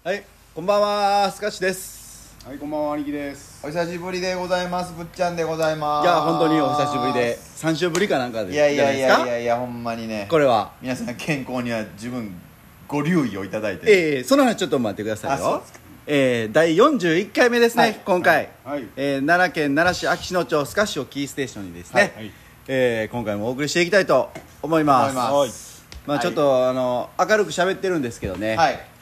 はい、こんばんは、スカッシュです。 はい、こんばんは、兄貴です。 お久しぶりでございます。ぶっちゃんでございます。 いや、本当にお久しぶりで、3週ぶりかなんかでいやいやいやいじゃなやいや、ほんまにね。 これは皆さん健康には十分ご留意をいただいて。 その話ちょっと待ってくださいよあそうですか。 第41回目ですね、 はい今回、 はい奈良県奈良市安芸野町スカッシュをキーステーションにですね、 はい今回もお送りしていきたいと思います。 思いますまあ、ちょっと、明るく喋ってるんですけどね、 はい今日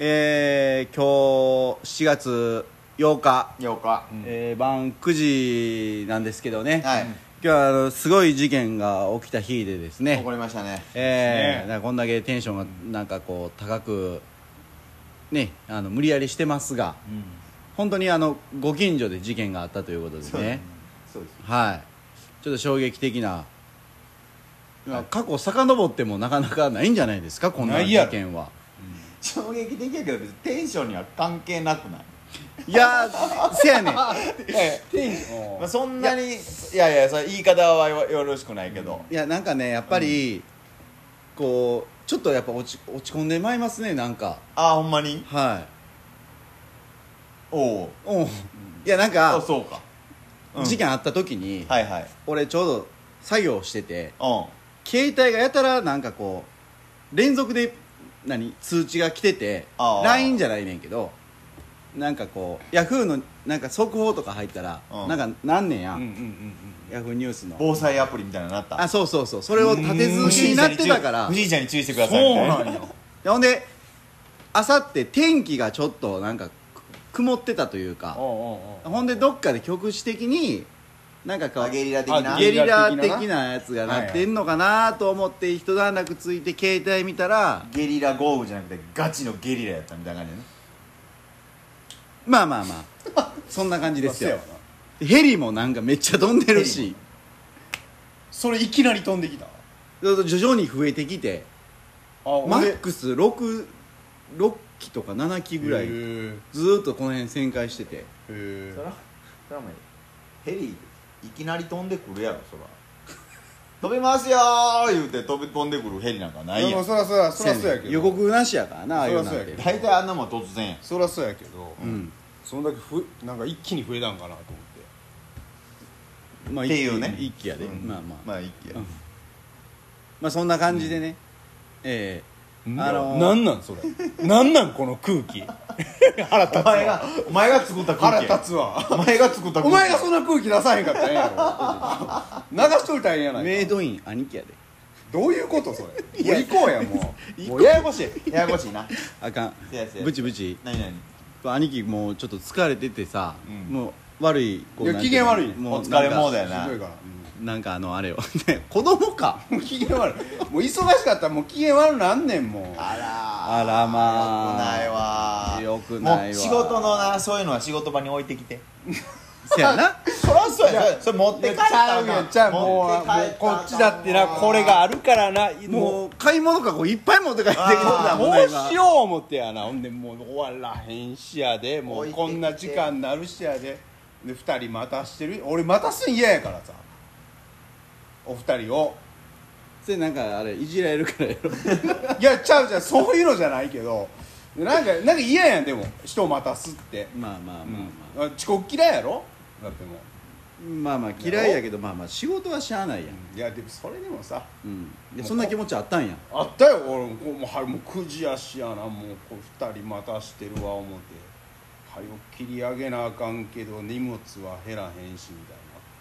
7月8日、 8日。 晩9時なんですけどね、 はい。 今日はすごい事件が起きた日でですね、 怒りましたね。 だからこんだけテンションがなんかこう高くね、無理やりしてますが、本当にご近所で事件があったということですね。 そうです。 はいちょっと衝撃的な、過去遡ってもなかなかないんじゃないですか、こんな事件は。 衝撃的やけど、別にテンションには関係なくない。 いやせやねんテンション。まあ、そんなに、いやいや、それ言い方はよろしくないけど。 いやなんかね、やっぱり、こうちょっとやっぱ落ち込んでまいりますね、なんか。 あ、ほんまに。 はいおう。 うんいやなんあ、 かそうか。うん事件あった時に、 はいはい。 俺ちょうど作業してて、 うん。 携帯がやたらなんかこう連続で通知が来てて、 ああ LINE じゃないねんけど、なんかこうヤフーのなんか速報とか入ったら、 うんなんかなんねんや、 うんうんうんヤフーニュースの防災アプリみたいなのなった。 あ、そうそうそう、それを立て続けになってたから。 不審者に注意してくださいみたいな。 そうなんや。 ほんであさって天気がちょっとなんか曇ってたというか、ほんでどっかで局地的になんかこうゲリラ的な。 ゲリラ的なやつがなってんのかなと思って一段落ついて携帯見たら、 ゲリラ豪雨じゃなくてガチのゲリラやったみたいな感じでね。 まあまあまあそんな感じですよ。 そうやなヘリもなんかめっちゃ飛んでるし、 それいきなり飛んできた。 徐々に増えてきて、マックス6機とか7機ぐらいずーっとこの辺旋回してて、 そらお前ヘリいきなり飛んでくるやろ、そら。飛びますよー言うて飛んでくるヘリなんかないやん。 そらそうやけど。 予告なしやからな、ああいうのなんて。 そらそうやけど大体あんなもん突然やん。 そらそうやけど、 うんそんだけなんか一気に増えたんかなと思って。 まあっていうね一気やで、 うんまあまあまあいいや。 まあそんな感じでね、 なんなんそれ。なんなんこの空気。腹立つわ。 お前が作った空腹気や。 立つわ。 お前が作った空気。 お前がそんな空気出さへんかったらええやろ。流しといたらええやないか。 メイドイン兄貴やで。 どういうことそれ。もう行こうやもう。 もうややこしい。 ややこしいな。 あかんせやせやブチブチ。 何何。 兄貴もうちょっと疲れててさ、 うんもう悪いこういやなんていうの機嫌悪いもうお疲れモードややな。 すごいから。 なんかあれをね、子供か。 もう機嫌悪い。もう忙しかったらもう機嫌悪なんねんもう。 あらあらまあよくないわ。 よくないわもう仕事のな、そういうのは仕事場に置いてきて。 せやな。 そらそうや。それ持って帰ったらあかん。 ちゃうもう持って帰ったらあかんこっちだってなこれがあるからな。 もう買い物かごいっぱい持って帰ってきてるんだもんどなうしよう思ってやな。ほんでもう終わらへんしやで、も置いてきてうこんな時間になるしやで。で2人待たしてる。俺待たすん嫌やからさ。お二人を。 それなんかあれいじられるからやろ。 いやちゃうそういうのじゃないけど。なんか嫌やんでも人を待たすって。 まあまあまあまあ、 遅刻嫌いやろ。だってもう。 まあまあ嫌いやけど、まあまあ仕事はしゃあないやん。 いやでもそれでもさ。 いやそんな気持ちあったんや。 あったよ俺もう9時やしやな、もうこう2人待たしてるわ思って早く切り上げなあかんけど荷物は減らへんしみたい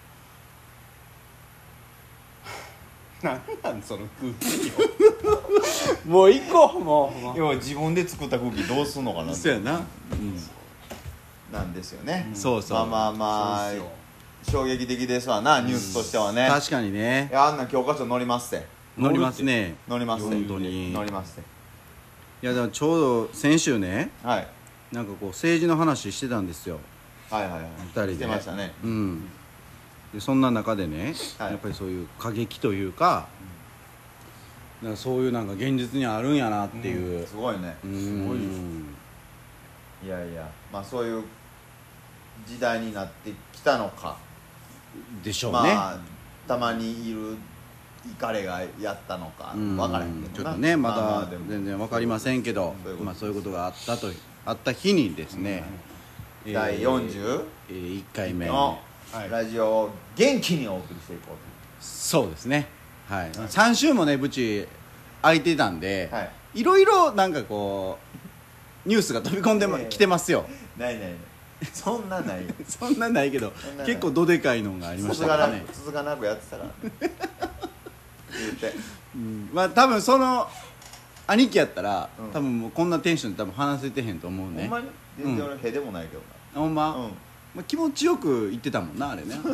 ななんなんその空気よもう行こうもう要は自分で作った空気どうすんのかなってそうやな。 なんですよね。 そうそう。 まあまあそうっすよ衝撃的ですわな、ニュースとしてはね。 確かにねい。や、あんな教科書乗りますって。 乗りますね。 乗りますって。 本当に。 乗りますって。 いやだからちょうど先週ね、 はいなんかこう政治の話してたんですよ。 はいはいはい。 二人でしてましたね。 でそんな中でね、 はいやっぱりそういう過激というか、なんかそういうなんか現実にあるんやなっていう。 すごいね。 すごいよいやいや、まあそういう時代になってきたのか。 でしょうね。 まあたまにいる彼がやったのか分からへんけどな。 ちょっとねまだでも全然分かりませんけど、 そういうことまあそういうことがあったとあった日にですね、 第41 1回目のはいラジオを元気にお送りしていこそうですね、はい、3週もねブチ空いてたんで、 はいいろいろなんかこうニュースが飛び込んできてますよ。 う。ないそんなないよ。 そんなんないけどそんなんない結構どでかいのがありましたからね。 続かなくやってたから言うてまあ多分その兄貴やったら、 うん多分もうこんなテンションで多分話せてへんと思うね。 ほんまに全然俺へでもないけどほんま、 な。うんまあ、気持ちよく言ってたもんなあれね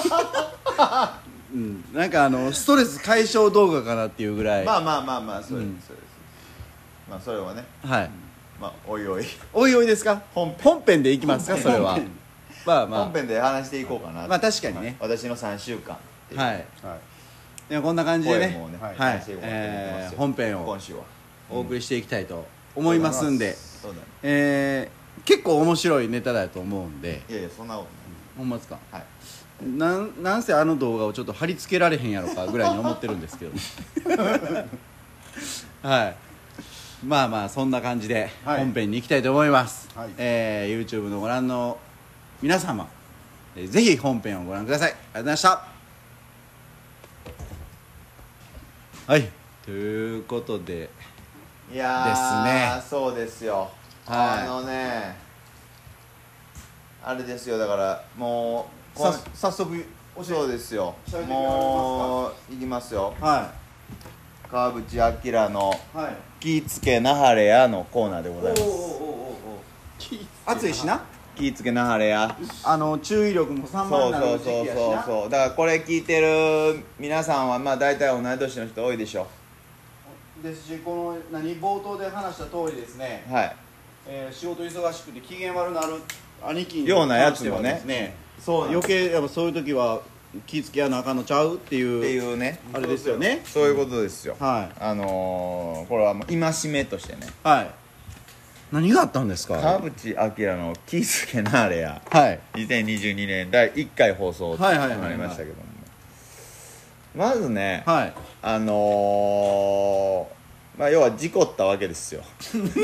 なんかストレス解消動画かなっていうぐらい、 まあそうです、 うんそうです。まあそれはね、 はい、 まあおいおいおいおいですか。 本編でいきますかそれは。まあまあ本編で話していこうかな。 まあ確かにね私の3週間っていうはい、 はいでこんな感じでねポエムをねはい話していこうかなと思ってますよ本編を今週はお送りしていきたいと思いますんで、 そうだね。 結構面白いネタだと思うんで。 いやいやそんなことほんまですか。 ない。はい。 なんせあの動画をちょっと貼り付けられへんやろかぐらいに思ってるんですけどはいまあまあそんな感じではい本編に行きたいと思います、 はい YouTube のご覧の皆様、ぜひ本編をご覧ください。ありがとうございました。はいということでいやーですねそうですよ。 はいあれですよ、だからもう早速そうですよ。 喋ってみもういきますよ。 は川淵明のいはい 「気ぃつけなはれや」のコーナーでございます。 暑いしな気ぃつけなはれや。 注意力も散漫そうになる時そうそう期やしな。 そうそう。だからこれ聞いてる皆さんはまあ大体同い年の人多いでしょ。 ですしこの冒頭で話した通りですね、 はい。 仕事忙しくて機嫌悪なる兄貴にようなやつもね関してはですねそう余計やっぱそういう時は気ぃつけやなあかんのちゃうっていうっていうね。 あれですよね。 そういうことですよ。 はいこれはもう戒めとしてね。 はい何があったんですか。 川淵明の「気ぃつけなはれやはい」 2022年第1回放送とはいはいはいはいなりましたけども、まずね、 はいまあ要は事故ったわけですよ。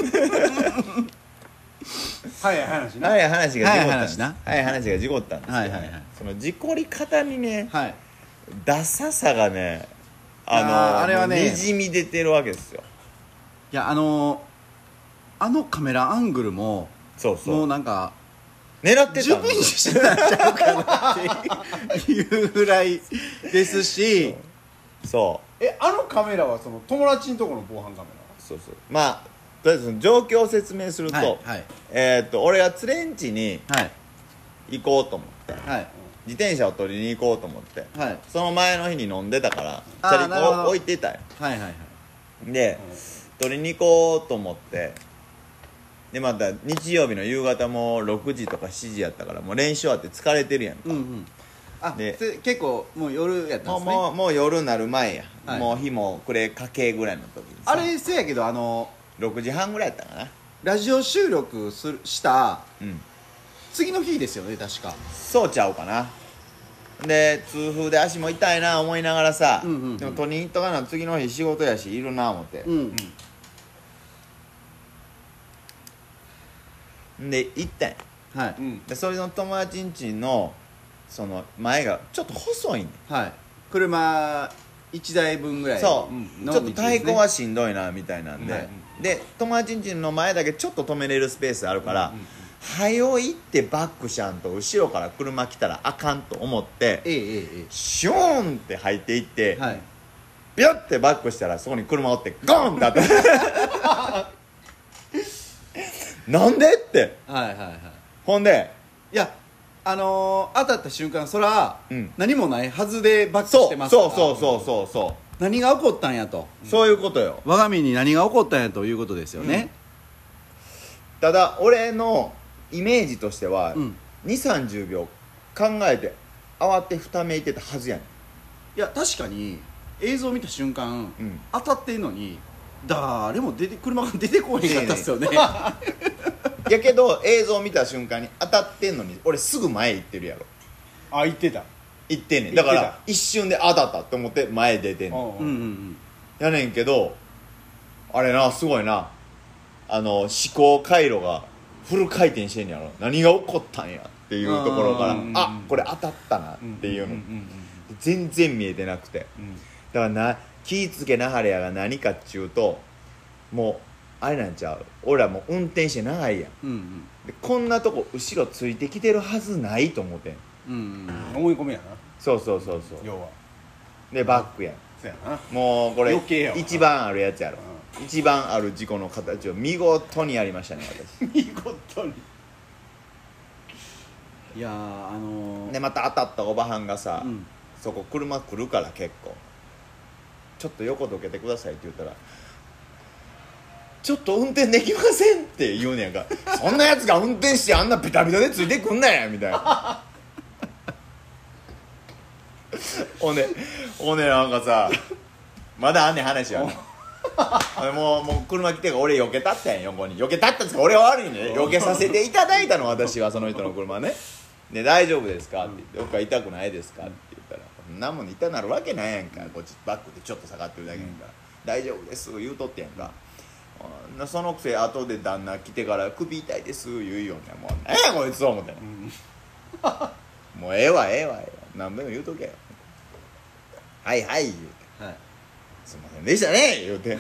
早い話な早い話が事故ったんです。 早い話な早い話が事故ったんですけどね、 はいはいはいその事故り方にね、 はいダサさがね、 あれはねにじみ出てるわけですよ。 いやカメラアングルもそうそう。 もうなんか狙ってた自分にしてたんちゃうかなっていうぐらいですしそうカメラはその友達のところの防犯カメそうまあとりあえずその状況を説明すると、 はいはい俺がツレンチにはい行こうと思ってはい自転車を取りに行こうと思って、 はいその前の日に飲んでたからあーチャリコなるほどを置いてたよ。 はいはいはいで、取りに行こうと思ってでまた日曜日の夕方も6時とか7時やったからもう練習終わって疲れてるやんか、 うんうんあで結構もう夜やったんですねもう夜なる前や、 はいもう日も暮れかけぐらいの時にさあれせやけど 6時半ぐらいやったかな。 ラジオ収録したうん次の日ですよね確かそうちゃうかな。で痛風で足も痛いな思いながらさ、 うんうんうんでも取りに行っとかな次の日仕事やしいるな思って、 うんで行ったんや。 はいうんでそれの友達んちのその前がちょっと細いねん。 はい車1台分ぐらいそう、 のちょっと対抗ははしんどいなみたいなんで、 はいで友達んちの前だけちょっと止めれるスペースあるから、はよ行ってバックしゃんと後ろから車来たらあかんと思ってええええシューンって入っていって、 はいビュッてバックしたらそこに車おってゴーンって当たってなんでってはいはいはいほんでいや当たった瞬間そら、 うん何もないはずでバックしそうてますからそうそうそうそうそ何が起こったんやとうそういうことよ。 我が身に何が起こったんやということですよねただ俺のイメージとしては、 うん 2 3 0秒考えて慌てふためいてたはずやねん。 いや確かに映像見た瞬間、 うん当たってんのに誰も車が出てこへんかったっすよねやけど映像見た瞬間に当たってんのに俺すぐ前行ってるやろ。 あ言ってた行ってんねんだか行ってら一瞬で当たったって思って前出てんねんうんうんうんやねんけどあれなすごいな思考回路がフル回転してんやろ、何が起こったんやっていうところから、あ、これ当たったなっていうの、全然見えてなくて、だから気ぃつけなはれやが何かっちゅうと、もうあれなんちゃう、俺らもう運転して長いやん、でこんなとこ後ろついてきてるはずないと思ってん、 思い込みやな。 そう要はでバックやん、 そうやな。 もうこれ余計やわ一番あるやつやろ、一番ある事故の形を見事にやりましたね私見事に。 いやーでまた当たったおばはんがさ、そこ車来るから結構ちょっと横どけてくださいって言ったら、ちょっと運転できませんって言うねやんかそんなやつが運転してあんなビタビタでついてくんなやみたいなほんでなんかさ、まだあんねん話はもう車来てから俺避けたったやん、横に避けたったんですか、俺は悪いね、避けさせていただいたの私はその人の車ね。で大丈夫ですかって言って、どっか痛くないですかって言ったら、そんなもん痛なるわけないやんか、こっちバックでちょっと下がってるだけやんか、大丈夫です言うとってやんか、そのくせ後で旦那来てから首痛いです言うよね、もう何やこいつと思って、もうええわ何べも言うとけよ、はいはい言うて、すいませんでしたね言うて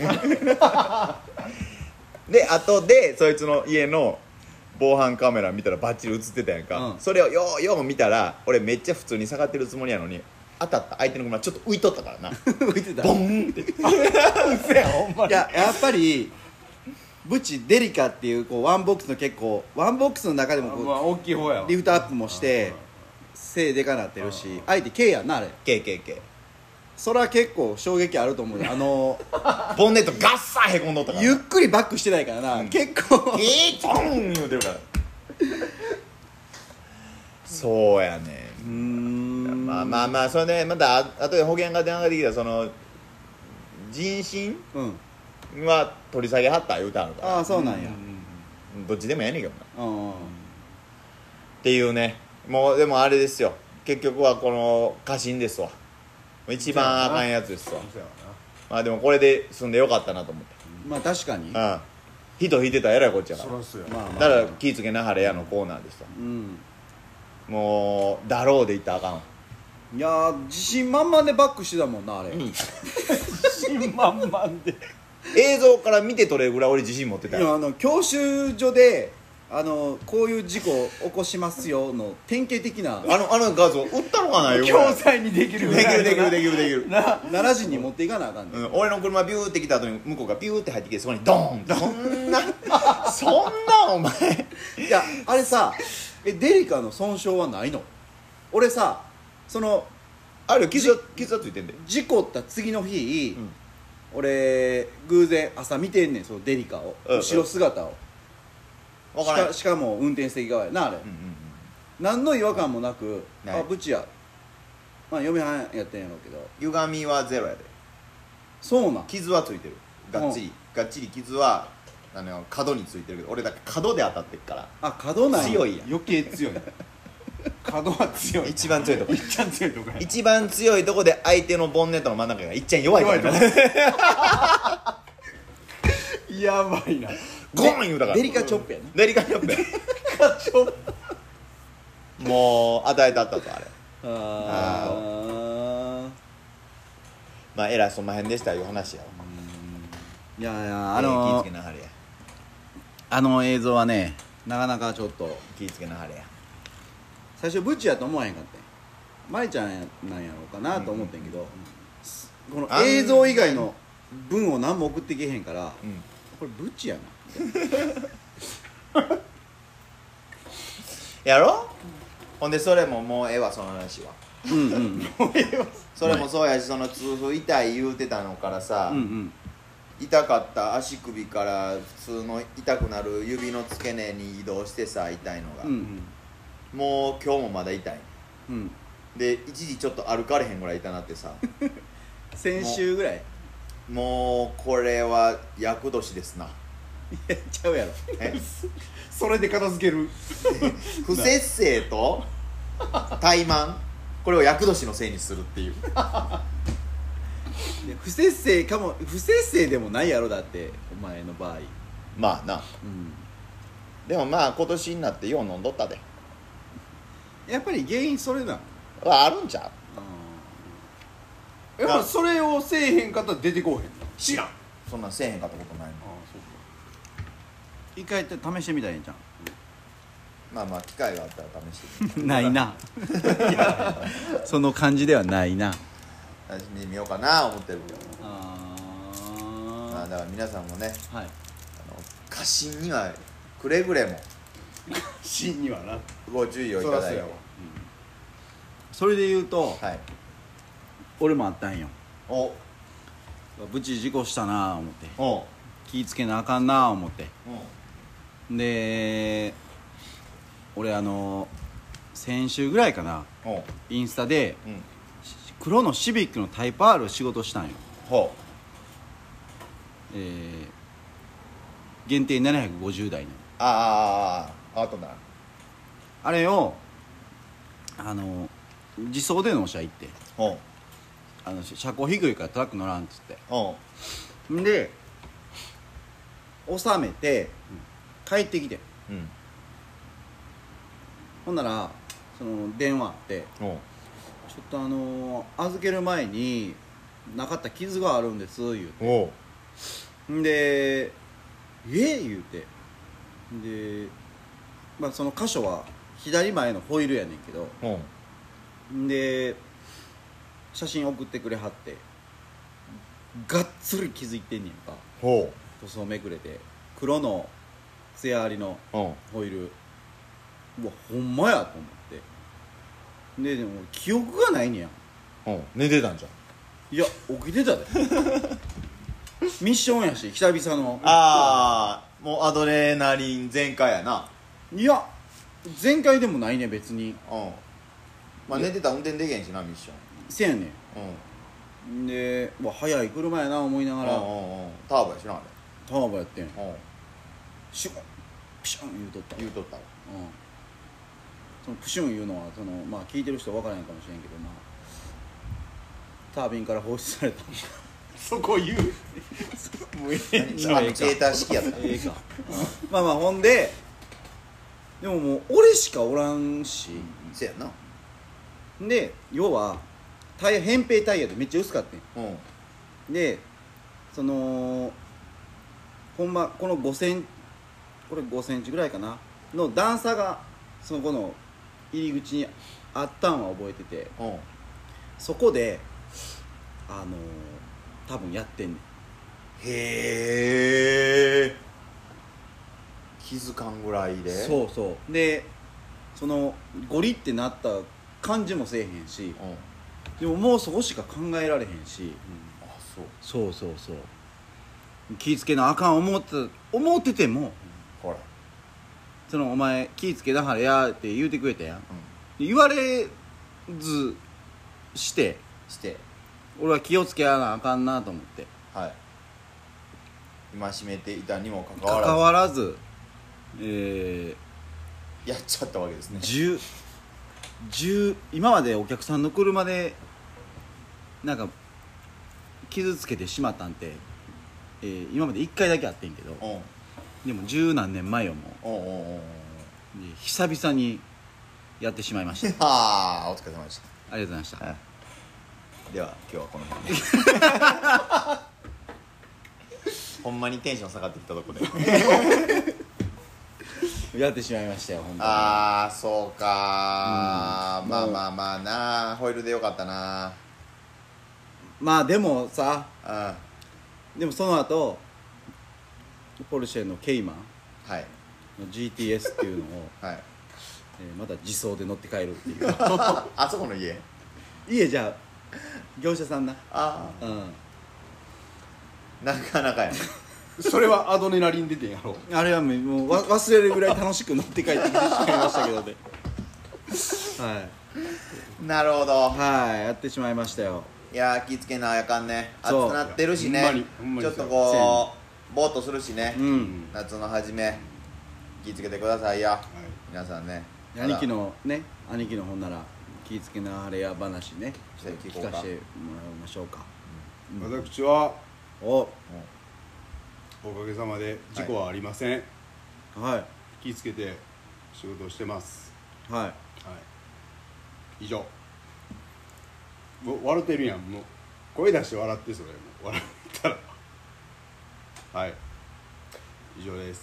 で後でそいつの家の防犯カメラ見たらバッチリ映ってたやんか、それをよう見たら俺めっちゃ普通に下がってるつもりやのに、当たった相手の車ちょっと浮いとったからな浮いてたボンって嘘やほんまに。 やっぱりブチデリカっていうこうワンボックスの結構ワンボックスの中でもこうまあ大きい方やわ。 リフトアップもして背でかなってるし、相手 K やんなあれ、 KKK それは結構衝撃あると思うよボンネットガッサーへこんどったからゆっくりバックしてないからな、結構トン言うてるからそうやねまあそれでまた後で保険が電話ができたら、その人身は取り下げはった言うたのから、 ああそうなんや、 どっちでもやねんけどな、 うんっていうね。もうでもあれですよ、結局はこの過信ですわ、一番あかんやつですわ。 そうやわまあでもこれで済んでよかったなと思って、 まあ確かに人引いてたらえらいこっちゃな。 から、 そらそうや。 まあまあだから気ぃつけなはれやのコーナーですわ、もうだろうで言ったらあかんわ、 いやー自信満々でバックしてたもんなあれ、 自信満々で。 映像から見て取れるぐらい俺自信持ってたよ。 いや教習所でこういう事故を起こしますよの典型的なあの画像売ったのかなよ教材にできるぐらいのな。 できる奈良人に持っていかなあかんねん、 俺の車ビューって来た後に向こうがビューって入ってきて、そこにドーンってそんなお前いやあれさデリカの損傷はないの？俺さそのある傷はついてんで、 事故った次の日、俺偶然朝見てんねん、そのデリカを、後ろ姿を分からん、 しかも運転席側やなあれ、何の違和感もなく、 ないあブチや、まあ嫁はんやってんやろうけど、 歪みはゼロやで、 そうなん傷はついてる、がっちり傷は角についてるけど、俺だけ角で当たってるからあ角ない強いやん、 余計強い。角は強い。 一番強いとこ一番強いとこや。 一番強いとこで相手のボンネットの真ん中がいっちゃん弱いから弱いねやばいな。 ゴーン言うたからデリカチョップやね、 デリカチョップやもう与えたったとあれ、まあえらいその辺でしたいう話やわ。 いやいや気ぃつけなはれや、 あの映像はねなかなかちょっと気ぃつけなはれや。 最初ブチやと思わへんかったんマリちゃんなんやろうかなと思ってんけど、この映像以外の文を何も送ってけへんから、これブチやなやろ、ほんでそれももうええわその話は、それもそうやし、その痛風痛い言うてたのからさ、痛かった足首から普通の痛くなる指の付け根に移動してさ、痛いのが、もう今日もまだ痛い、で一時ちょっと歩かれへんぐらい痛なってさ先週ぐらいもうこれは厄年ですな。 いやちゃうやろそれで片付ける。 不節制と怠慢、これを厄年のせいにするっていう不節制かも、不節制でもないやろだってお前の場合、 まあな、 でもまあ今年になってよう飲んどったでやっぱり原因それなの。 あるんちゃやっぱそれをせえへんかったら出てこうへんの。 知らんそんなんせえへんかったことないのそう一回試してみたらいいんじゃまあまあ機会があったら試してみんないなその感じではないな。 楽しみに見ようかな思ってるけどまああだから皆さんもねあ、はい過信にはくれぐれも真にはな。 ご注意をいただいてそらそうやわ。 それで言うと、 はい俺もあったんよ。 おブチ事故したな思ってお気ぃつけなあかんな思ってで俺先週ぐらいかなおインスタでうん黒のシビックのタイプ R を仕事したんよ。 ほ限定750台のあとなあれを自走で納車行ってほ車高低いからトラック乗らんっつってほんで収めて帰ってきてうんほんならその電話あってほちょっと預ける前になかった傷があるんです言うてほんで言うてでまあその箇所は左前のホイールやねんけどほんで写真送ってくれはってがっつり気づいてんねんかほ塗装めくれて黒の艶ありのほホイールうわほんまやと思ってでも記憶がないねやほ寝てたんじゃんいや起きてたでミッションやし久々のああもうアドレナリン全開やないや前回でもないね別にうんまあ寝てたら運転できへんしなミッションせやねうんんでうわ早い車やな思いながらターボやしなあれターボやってんうんシュンピシュン言うとった言うとったわそのプシュンいうのはまあ聞いてる人は分からないかもしれんけどまあタービンから放出されたそこ言う。もうええんちゃう。 アクチュエーター式やったええかまあまあほんででももう俺しかおらんしせやなで要は扁平タイヤでめっちゃ薄かったんうんでほんまこの5センこれ5センチぐらいかなの段差がそのこの入り口にあったんは覚えててうんそこで多分やってんねんへえ気づかんぐらいでそうそうでそのゴリってなった感じもせえへんしうんでももうそこしか考えられへんし、 あそうそう気ぃつけなあかん思っててもほらお前気ぃつけなはれやって言うてくれたやん、言われずして俺は気をつけやなあかんなと思ってはい戒めていたにもかか関わらわらずやっちゃったわけですね今までお客さんの車でなんか傷つけてしまったんて、今まで1回だけあってんけどうんでも十何年前よもうんうで久々にやってしまいましたはあお疲れ様でしありがとうございました、 たでは今日はこの辺でほんまにテンション下がってきたとこでやってしまいましたよ本当にああそうかうんまあまあまあなホイールでよかったなまあでもさあでもその後ポルシェのケイマンはいの GTS っていうのを、 はいまた自走で乗って帰るっていうあそこの家家じゃあ業者さんなあうんあなかなかやねそれはアドレナリン出てんやろ。 あれはもう忘れるぐらい楽しく乗って帰ってきてしまいましたけどねなるほどはいやってしまいましたよいやー気ぃつけなあかんね暑そうくなってるしねほんまにほんまにちょっとこうぼーっとするしね、 うん夏の初め気ぃつけてくださいよ皆さんね兄貴のほんなら気ぃつけなあれや話ねそう聞こうか聞かせてもらいましょうか私はおおかげさまで事故はありません。 はい気ぃつけて仕事をしてます。 はいはい、以上。笑ってるやん。もう声出して笑って。それもう笑ったらはい、以上です。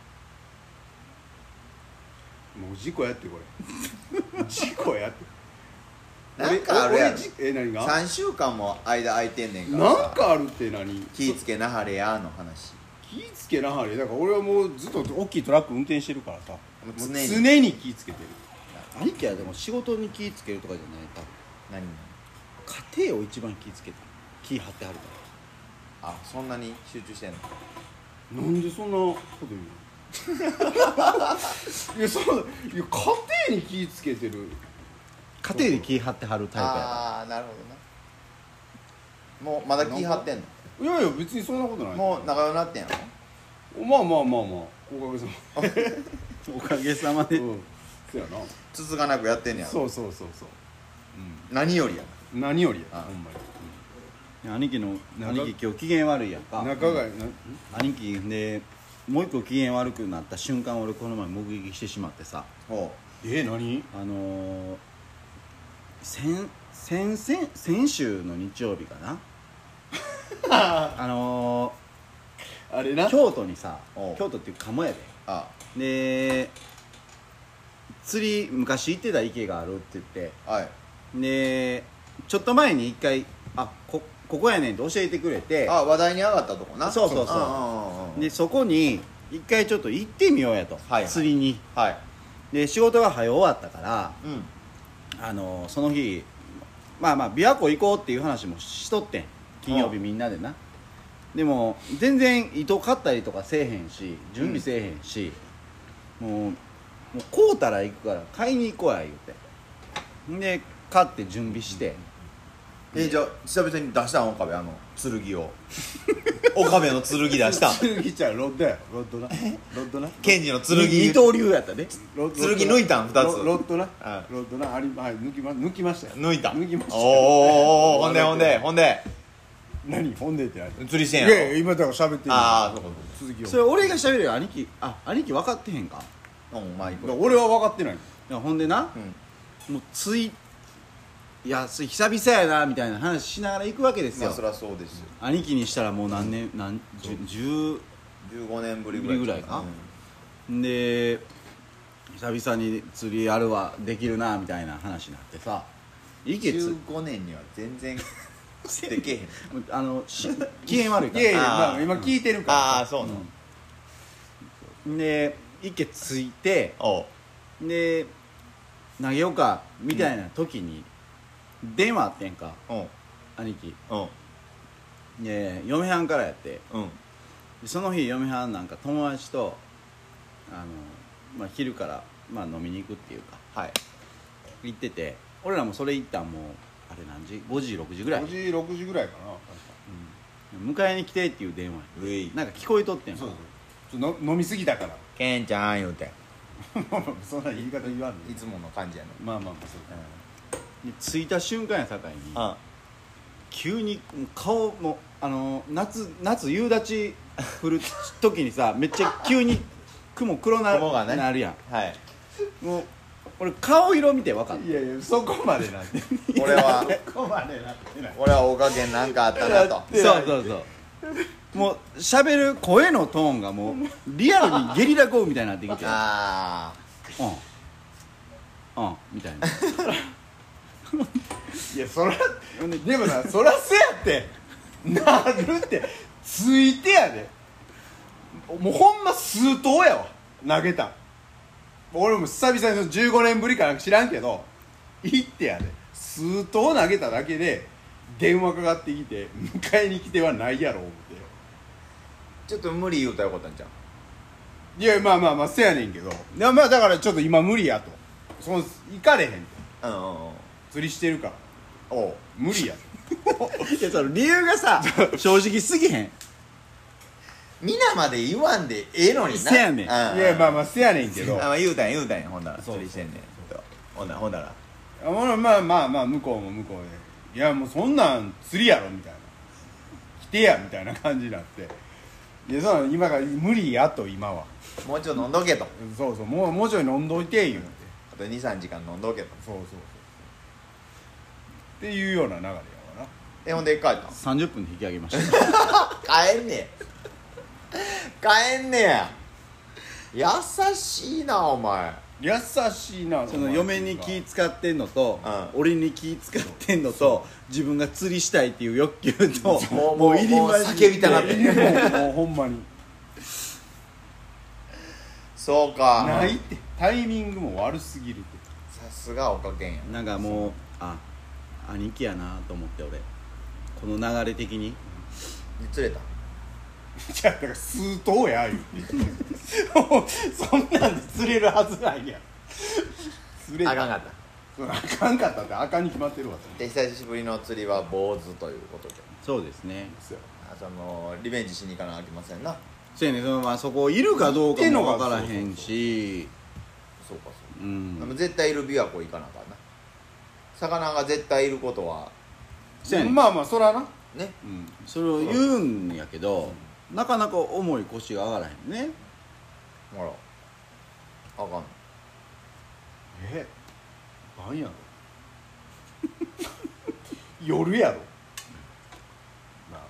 もう事故やってこれ事故やってなんかあるやろ。 何が 3週間も間空いてんねんからなんかあるって何。 気ぃつけなはれやの話。 気ぃつけなはれ。だから俺はもうずっと大きいトラック運転してるからさ、もう常に常に気ぃつけてる。 兄貴はでも仕事に気ぃつけるとかじゃない、多分何家庭を一番気ぃつけて気張ってはるかあ、そんなに集中してんの。 なんでそんなこと言うのいや、いや家庭に気ぃつけてる。 ら家庭で気張ってはるタイプやかああ、なるほどな。もうまだ気張ってんの。 いやいや、別にそんなことない。 もう仲良くなってんやろ。 まあまあまあまあ、おかげさまでらおかげさまで、 うん、そやな。 続かなくやってんねやろ。 そうそうそうそう、 何よりや何よりや、 あほんまに。 兄貴の兄貴今日機嫌悪いやんか。 仲が兄貴でもう一個機嫌悪くなった瞬間俺この前目撃してしまってさ、 ほ何先週の日曜日かなあれな。 京都にさ、 おう京都っていう鴨屋であで釣り昔行ってた池があるって言ってはいでちょっと前に一回ここやねんって教えてくれて、 話題に上がったとこな。 そうそうそうでそこに一回ちょっと行ってみようやと、 はい釣りに。 はい。 で仕事が早終わったからうんその日まあ琵琶湖行こうっていう話もしとってん、金曜日みんなでな。でも全然糸買ったりとかせえへんし準備せえへんし、もう買うたら行くから買いに行こうや言うてで買って準備して、 じゃあ久々に出したん岡部剣を岡部の剣出したん剣ちゃんロッドやロッドなロッドなケンジの剣二刀流やったね。 剣抜いたん2つロッドなはロッドなはい抜きましたよ。 抜いた抜きましたよ。 おおほんで何ほんでって釣りしてんいやろ。 やいや今だから喋ってる。 ああそうか続きを。 それ俺が喋るよ。兄貴分かってへんか。 そうかまあいいだから俺は分かってない。 いやほんでな、 うんもういや久々やなみたいな話しながら行くわけですよ、 まあそりゃそうですよ。 兄貴にしたらもう何年10 15年ぶりぐらいかで久々に釣りやるわできるなみたいな話になってさ池 15年には全然できへん機嫌悪いからいやいやまあ今聞いてるから。 ああそうなの。 で池ついておうで投げようかみたいな時に電話あってんか、 うん兄貴うんで嫁はんからやってうんでその日嫁はんなんか友達と昼から、飲みに行くっていうかはい行ってて俺らもそれ行ったんもうあれ何時5時6時ぐらい 5時6時ぐらいかな。 迎えに来てっていう電話ういなんか聞こえとってんそうそう飲みすぎたからケンちゃん言うてそんな言い方言わんでいつもの感じやの。 まあまあそうで着いた瞬間やさかいにあ急に顔も夏夕立ち降る時にさめっちゃ急に雲雲がねなるやはいん。もう俺顔色見て分かった。 いやいやそこまでなんて俺はそこまでなってない。 俺はおかげなんかあったなとそうもう喋る声のトーンがもうリアルにゲリラ豪雨みたいになってきてあうんみたいな。 いやそらでもなそらせやってなるってついてやでもうほんま数投やわ投げた俺も久々に15年ぶりかなんか知らんけど行ってやで数投投げただけで電話かかってきて迎えに来てはないやろ思ってちょっと無理言うたらよかったんじゃん。 いやまあせやねんけどだからちょっと今無理やと行かれへんと釣りしてるからおう無理やいやその理由がさ正直すぎへん。 皆まで言わんでええのにな。 せやねんいやまあせやねんけど言うたんやほんならそう釣りしてんねんとほんならまあ向こうも向こうでいやもうそんなん釣りやろみたいな来てやみたいな感じになっていやそんな今が無理やと今はもうちょい飲んどけと、 そうそう、もうちょい飲んどいて言うて、 あと 2,3 時間飲んどけと。 そうっていうような流れやわな。 ほんで帰ったん 30分で引き上げました帰んねや帰んねや。優しいなお前。 優しいな。 その嫁に気使ってんのと、 うん俺に気使ってんのと、自分が釣りしたいっていう欲求と、 もう入り混じ叫びたなってもうほんまにそうか。 ないって、タイミングも悪すぎるって。 さすがおかけんや。 なんかもう兄貴やなと思って俺この流れ的に釣れた。 じゃあだから数頭や言うてもうそんなんで釣れるはずないやん。釣れあかんかった。 そうあかんかったってあかんに決まってるわ。 で久しぶりの釣りは坊主ということで、 そうですね。 そうやそのリベンジしに行かなあきませんな。 そうやね、そこいるかどうかも分からへんし、 そうかそうか、 うんでも絶対いる琵琶湖行かなあかんな。魚が絶対いることはそうやね、 まあまあそらな。 ね。 うんそれを言うんやけど、なかなか重い腰が上がらへんね。 ほらあかん。 なんやろ夜やろなあ。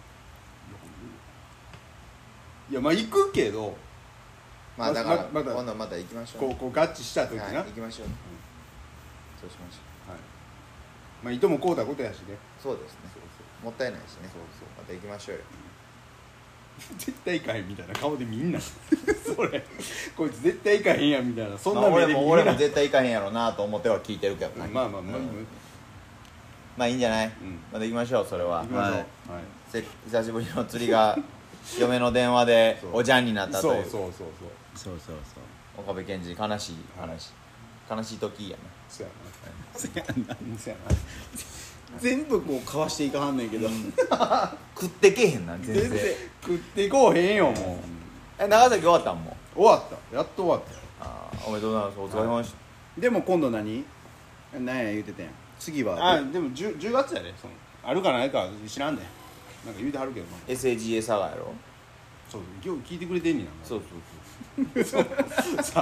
いやまあ行くけど、 まあだから、 また今度また行きましょう。 こう合致した時な、 はい、 はい、 行きましょう、そうしましょまあいともこうたことやしね。 う。そうですね。もったいないしね。 そうそうまた行きましょうよ。 絶対行かへんみたいな顔でみんなそれこいつ絶対行かへんやんみたいな、そんまあ、 な目で見るな俺も絶対行かへんやろうなと思っては聞いてるけどね。 まあまあまあ、 まあいいんじゃない、 んまた行きましょうそれは行きましょう。 はい久しぶりの釣りが嫁の電話でそうおじゃんになったというそうそうそう岡部賢治悲しい話、悲しい時やね。 そうやそうやなな。そうや全部こうかわしていかはんねんけど、 食ってけえへんな全然。 な。食っていこうへんよもう。 長崎終わったんもう。 終わった。やっと終わったよ。 おめでとうございます。お疲れ様でしでも今度何や言うてたやん、次はあでも 10月やで、そのあるかないか知らんで、なんか言うてはるけどな。 た。 SAGA 佐賀やろ。 そう今日聞いてくれてんねんな。 そうそうさが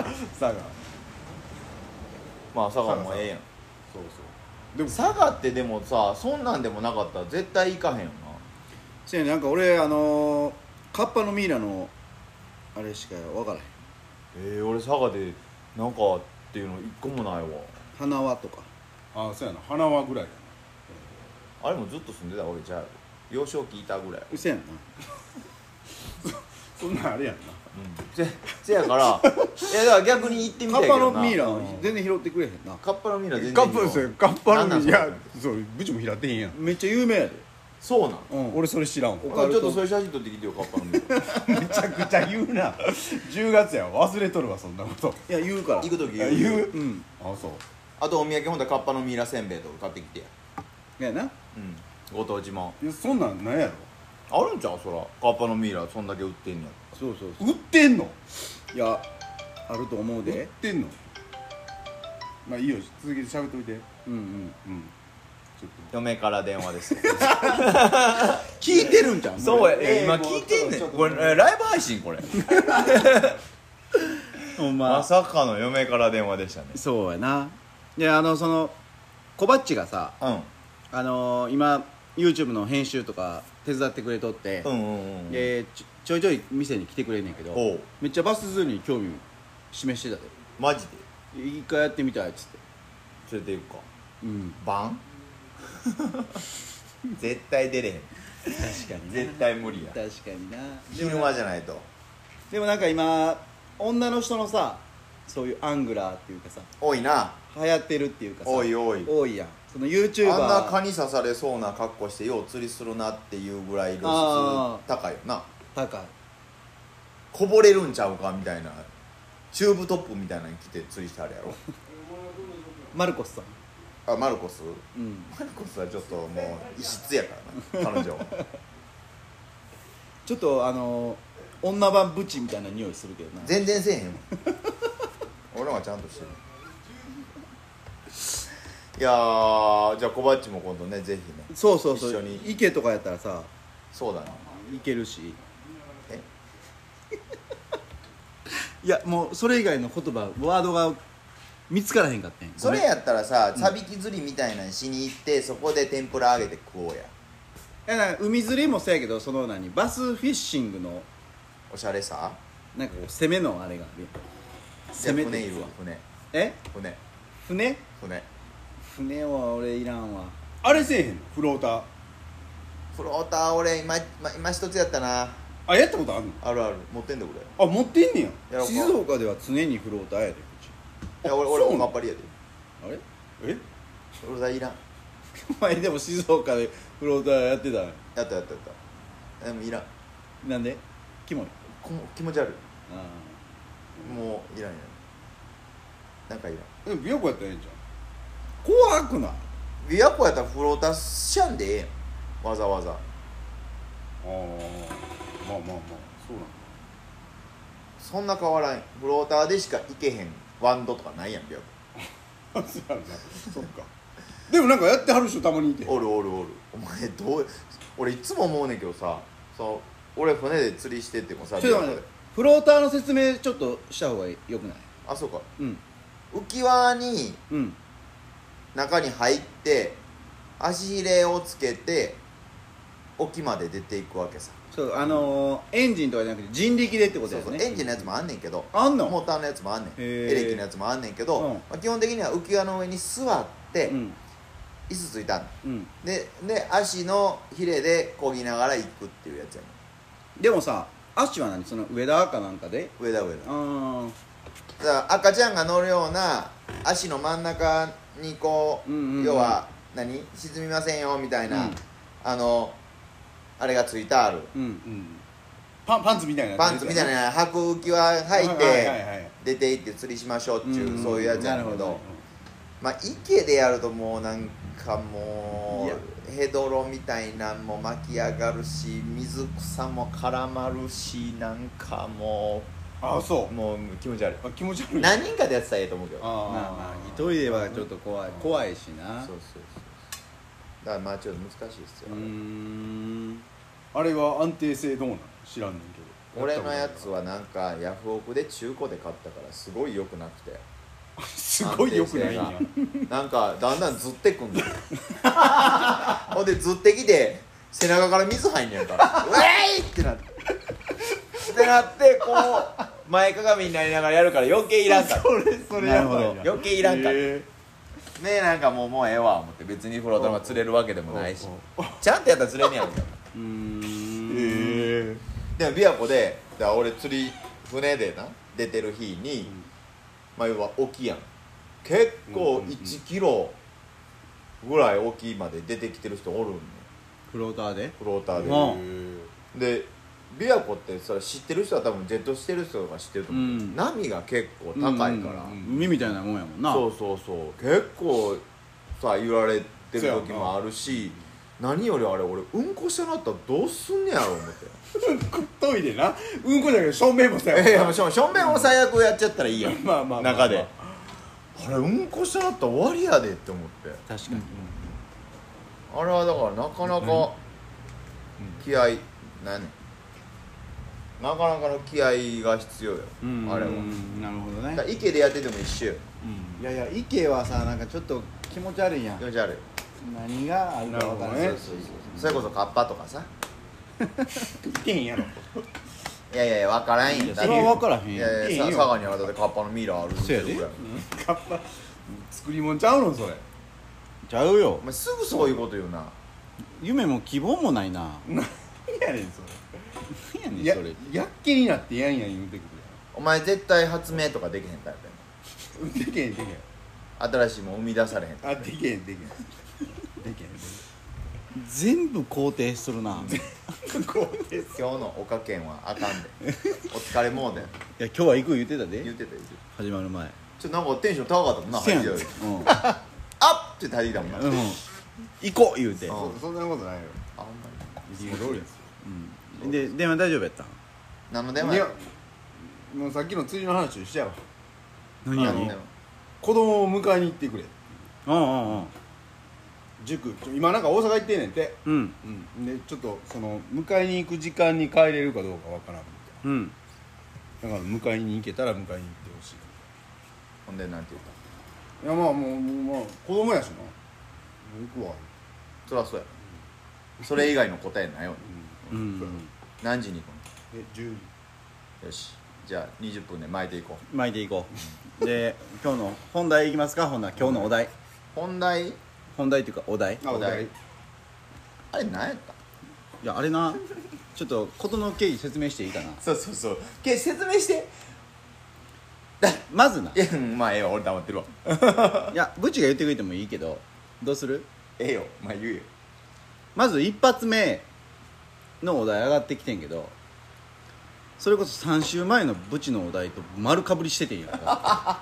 まあ佐賀もええやん。 そうでも佐賀ってでもさ、そんなんでもなかったら絶対行かへんよな。 せやね、なんか俺カッパのミイラのあれしか分からへん。 俺佐賀でなんかっていうの一個もないわ。 花輪とか。 あそうやな、花輪ぐらいやあれもずっと住んでたわけちゃうやろ。幼少期いたぐらい。 うせやんな。 な。そんなんあれやんな。 せやからいやだから逆に行ってみたカッいけどな。 パのミイラ全然拾ってくれへんな。 カッパのミイラ全然カッパですよ、カッパなんなんのいやそれそうブチも拾ってへんやん。 めっちゃ有名やで。 そうなん。 うん、 俺それ知らんわ。 オカルトちょっとそういう写真撮ってきてよ、カッパのミイラ。 めちゃくちゃ言うな。10月やわ、忘れとるわそんなこと。 いや言うから。 行く時言う。 うん。 あそう。 あとお土産ほんとカッパのミイラせんべいとか買ってきてや。 やな。 ご当地もいやそんなんなんやろ。 あるんちゃう、そらカッパのミイラそんだけ売ってんねや。 そうそうそう。 売ってんの？ いやあると思う売っで。 てんの？まあいいよ、続けて喋っといて。 うんうん。 うん。ちょっ嫁から電話です。 聞いてるんじゃん。 そうや、今もう聞いてんねん。 ちょっとこれライブ配信これ。 ほんま。 まさかの嫁から電話でしたね。 そうやな。でそのコバッチがさ、今 YouTube の編集とか手伝ってくれとって、 うんでちょいちょい店に来てくれんねんけど、 おうめっちゃバスズーに興味示してたで。 マジで一回やってみたいっつって。 連れて行くか。 うん。 バン絶対出れへん。 確かに絶対無理や。 確かにな。 昼間じゃないと。 でもなんか今女の人のさ、そういうアングラーっていうかさ、 多いな。 流行ってるっていうかさ、 多い多い。 多いやん。その YouTuber あんな蚊に刺されそうな格好してよう釣りするなっていうぐらい露あ出高いよな。 高い。 こぼれるんちゃうかみたいなチューブトップみたいなのに着て釣りしてあるやろ。 マルコスさん。 マルコスうん。 マルコスはちょっともう異質やからな彼女は。 ちょっと女版ブチみたいな匂いするけどな。 全然せえへんもん。俺はちゃんとしてる。いやー、じゃあコバッチも今度ね、ぜひね。 そうそうそう。 一緒に池とかやったらさ、 そうだね。 行けるし。 えいやもうそれ以外の言葉ワードが見つからへんかったん。 それやったらさサビキ釣りみたいなのしに行ってそこで天ぷら揚げて食おうや。 だから海釣りもそうやけど、そのバスフィッシングのおしゃれさ。 なんかこう攻めのあれがあるやん。 じゃあ攻めて船いるわ。 え船船は俺いらんわ。 あれせえへんのフローター。 フローター俺今一つやったな。 あ、やったことあんの？ あるある持ってんだこれ。 あ、持ってんねや。 やろうか。 静岡では常にフローターやでうち。 いや俺おかっぱりやで。 あれえ？ フローターいらん。 お前でも静岡でフローターやってた。 やったでもいらん。 なんでキモい。 気持ち悪い。 あもういらん。なんかいらん。 琵琶湖やったらええんじ怖くない。 琵琶湖やったらフローターしゃんでええやんわざわざ。 ゃん。ああ、まあそうなんだ。 そんな変わらん。フローターでしか行けへんワンドとかないやん琵琶そうやな。そっか。でもなんかやってはる人たまにいて。 湖。おるお前俺いつも思うねんけどさ、俺船で釣りしてってもさ、 ちょっと待って、フローターの説明ちょっとした方がよくない？ あ、そうか。 うん浮き輪にうん中に入って足ひれをつけて沖まで出ていくわけさ。 そうエンジンとかじゃなくて人力でってことだよね。 エンジンのやつもあんねんけど、 あんの？ モーターのやつもあんねん、 へーエレキのやつもあんねんけど、 うんまあ基本的には浮き輪の上に座って、 うん椅子ついたんうんで足のひれで漕ぎながら行くっていうやつやねでもさ、足は何？その上田かなんかで？ ん。上だあーだから赤ちゃんが乗るような足の真ん中にこう、 うんうんうん要は沈みませんよみたいな、 うんあれがついてあるうんうん。パンツみたいなやつ。 パンツみたいな履く浮き輪履いはいはいてはい出て行って釣りしましょうっていう、 うんそういうやつやねんけど、 なるほどまあ池でやるともうなんかもいやうヘドロみたいなんも巻き上がるし水草も絡まるしなんかもあ、そうもう気持ち悪い。 あ、気持ち悪い。 何人かでやってたらええと思うけど。 まあまあ一人ではちょっと怖いしな。 そうだからまあちょっと難しいですよ、 あれは安定性どうなの？知らんねんけど。 俺のやつはなんかヤフオクで中古で買ったからすごい良くなくてすごい良くないんや。 なんかだんだんずってくんだよほんでずってきて背中から水入んねやんからウェイってなってこう前かがみになりながらやるから余計いらんからそれやばいな。 余計いらんからへね、なんかもうええわ思って別にフロートが釣れるわけでもないしおうちゃんとやったら釣れんねやんか。 えでも琵琶湖でだから俺釣り船でな出てる日に、まあ要は沖やん結構1キロぐらい沖まで出てきてる人おるんねフローターで？ フローターで、 うんで琵琶湖ってそれ知ってる人は多分ジェットしてる人が知ってると思う、 うん波が結構高いから、 海みたいなもんやもんな。 そう結構さ揺られてる時もあるし何よりあれ俺うんこしたなったらどうすんねやろ思ってトイレな。うんこじゃなくて正面もさ。 いやもう正面を最悪やっちゃったらいいやんまあまあまあ中であれうんこしたなったら終わりやでって思って確かに。 あれはだからなかなか気合何なかなかの気合が必要ようんあれはなるほどねだから。池でやってても一緒よいやいや池はさなんかちょっと気持ち悪いやん気。持ち悪い何があるか分からないなるほどねそれこそカッパとかさいけへんやろ。 いや分からんよそれは分からへんいやん。 やいや佐賀にはだってカッパのミイラあるそうやでぐらいカッパ作り物ちゃうのそれ。 ちゃうよお。前すぐそういうこと言うな夢も希望もないな。 何やねんそ何やねれ。やんそれ。 やっけになってやんやん言うてくるお前絶対発明とかできへんタイプややん。でけへんでけへん。 ん新しいもん生み出されへんあ、でけへんでけへん。でけへん。 全部肯定するな。 こうです。 今日のおかけんはあかんでお疲れモードやいや今日は行く言ってたで。 言ってた始まる前。 ちょっとなんかテンション高かったもんなせやねん。 入ってたよりあっって入ってきたもんな、 うん。行こう言うて。 そんなことないよ。 あほんまにいつも通りですよ。 うん。で電話大丈夫やったん？ いや何の電話や、 もうさっきの釣りの話しちゃうわ。 何やの？ 何の電話子供を迎えに行ってくれ。 うん塾今なんか大阪行ってんねんて。 うんうん。でちょっとその迎えに行く時間に帰れるかどうかわからんみたいうん。 だから迎えに行けたら迎えに行ってほしい。 ほんでなんて言うたいやまあもう子供やしな行くわ。 そりゃそうやそれ以外の答えないよねうん何時に行く 10 のよしじゃあ20分で巻いていこう巻いていこうで今日の本題いきますか。ほんなら今日のお題本題本題っていうかお題。 あお題あれ何やったいやあれなちょっと事の経緯説明していいかな。 そう説明してまずないやまあええわ俺黙ってるわいやブチが言ってくれてもいいけどどうする。 ええよまあ言うよまず一発目のお題上がってきてんけどそれこそ3週前のブチのお題と丸かぶりしててんやんか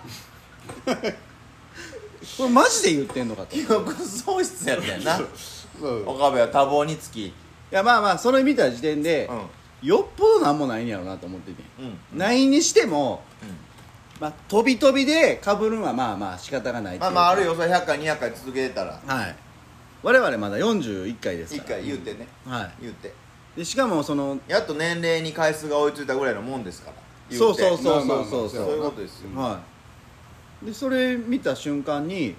これマジで言ってんのかと。い記憶喪失やったんやなそう岡部は多忙につきやまあまあそれ見た時点で、よっぽどなんもないんやろうなと思ってて、ないにしても、まあ飛び飛びでかぶるんはまあまあ仕方がないっていうかまあまああるよそれ100回200回続けてたらはい我々まだ41回です 1 から回言うてねは言うていでしかもそのやっと年齢に回数が追いついたぐらいのもんですから言てそうそうそうまあまあまあそうそういうことですよはいでそれ見た瞬間に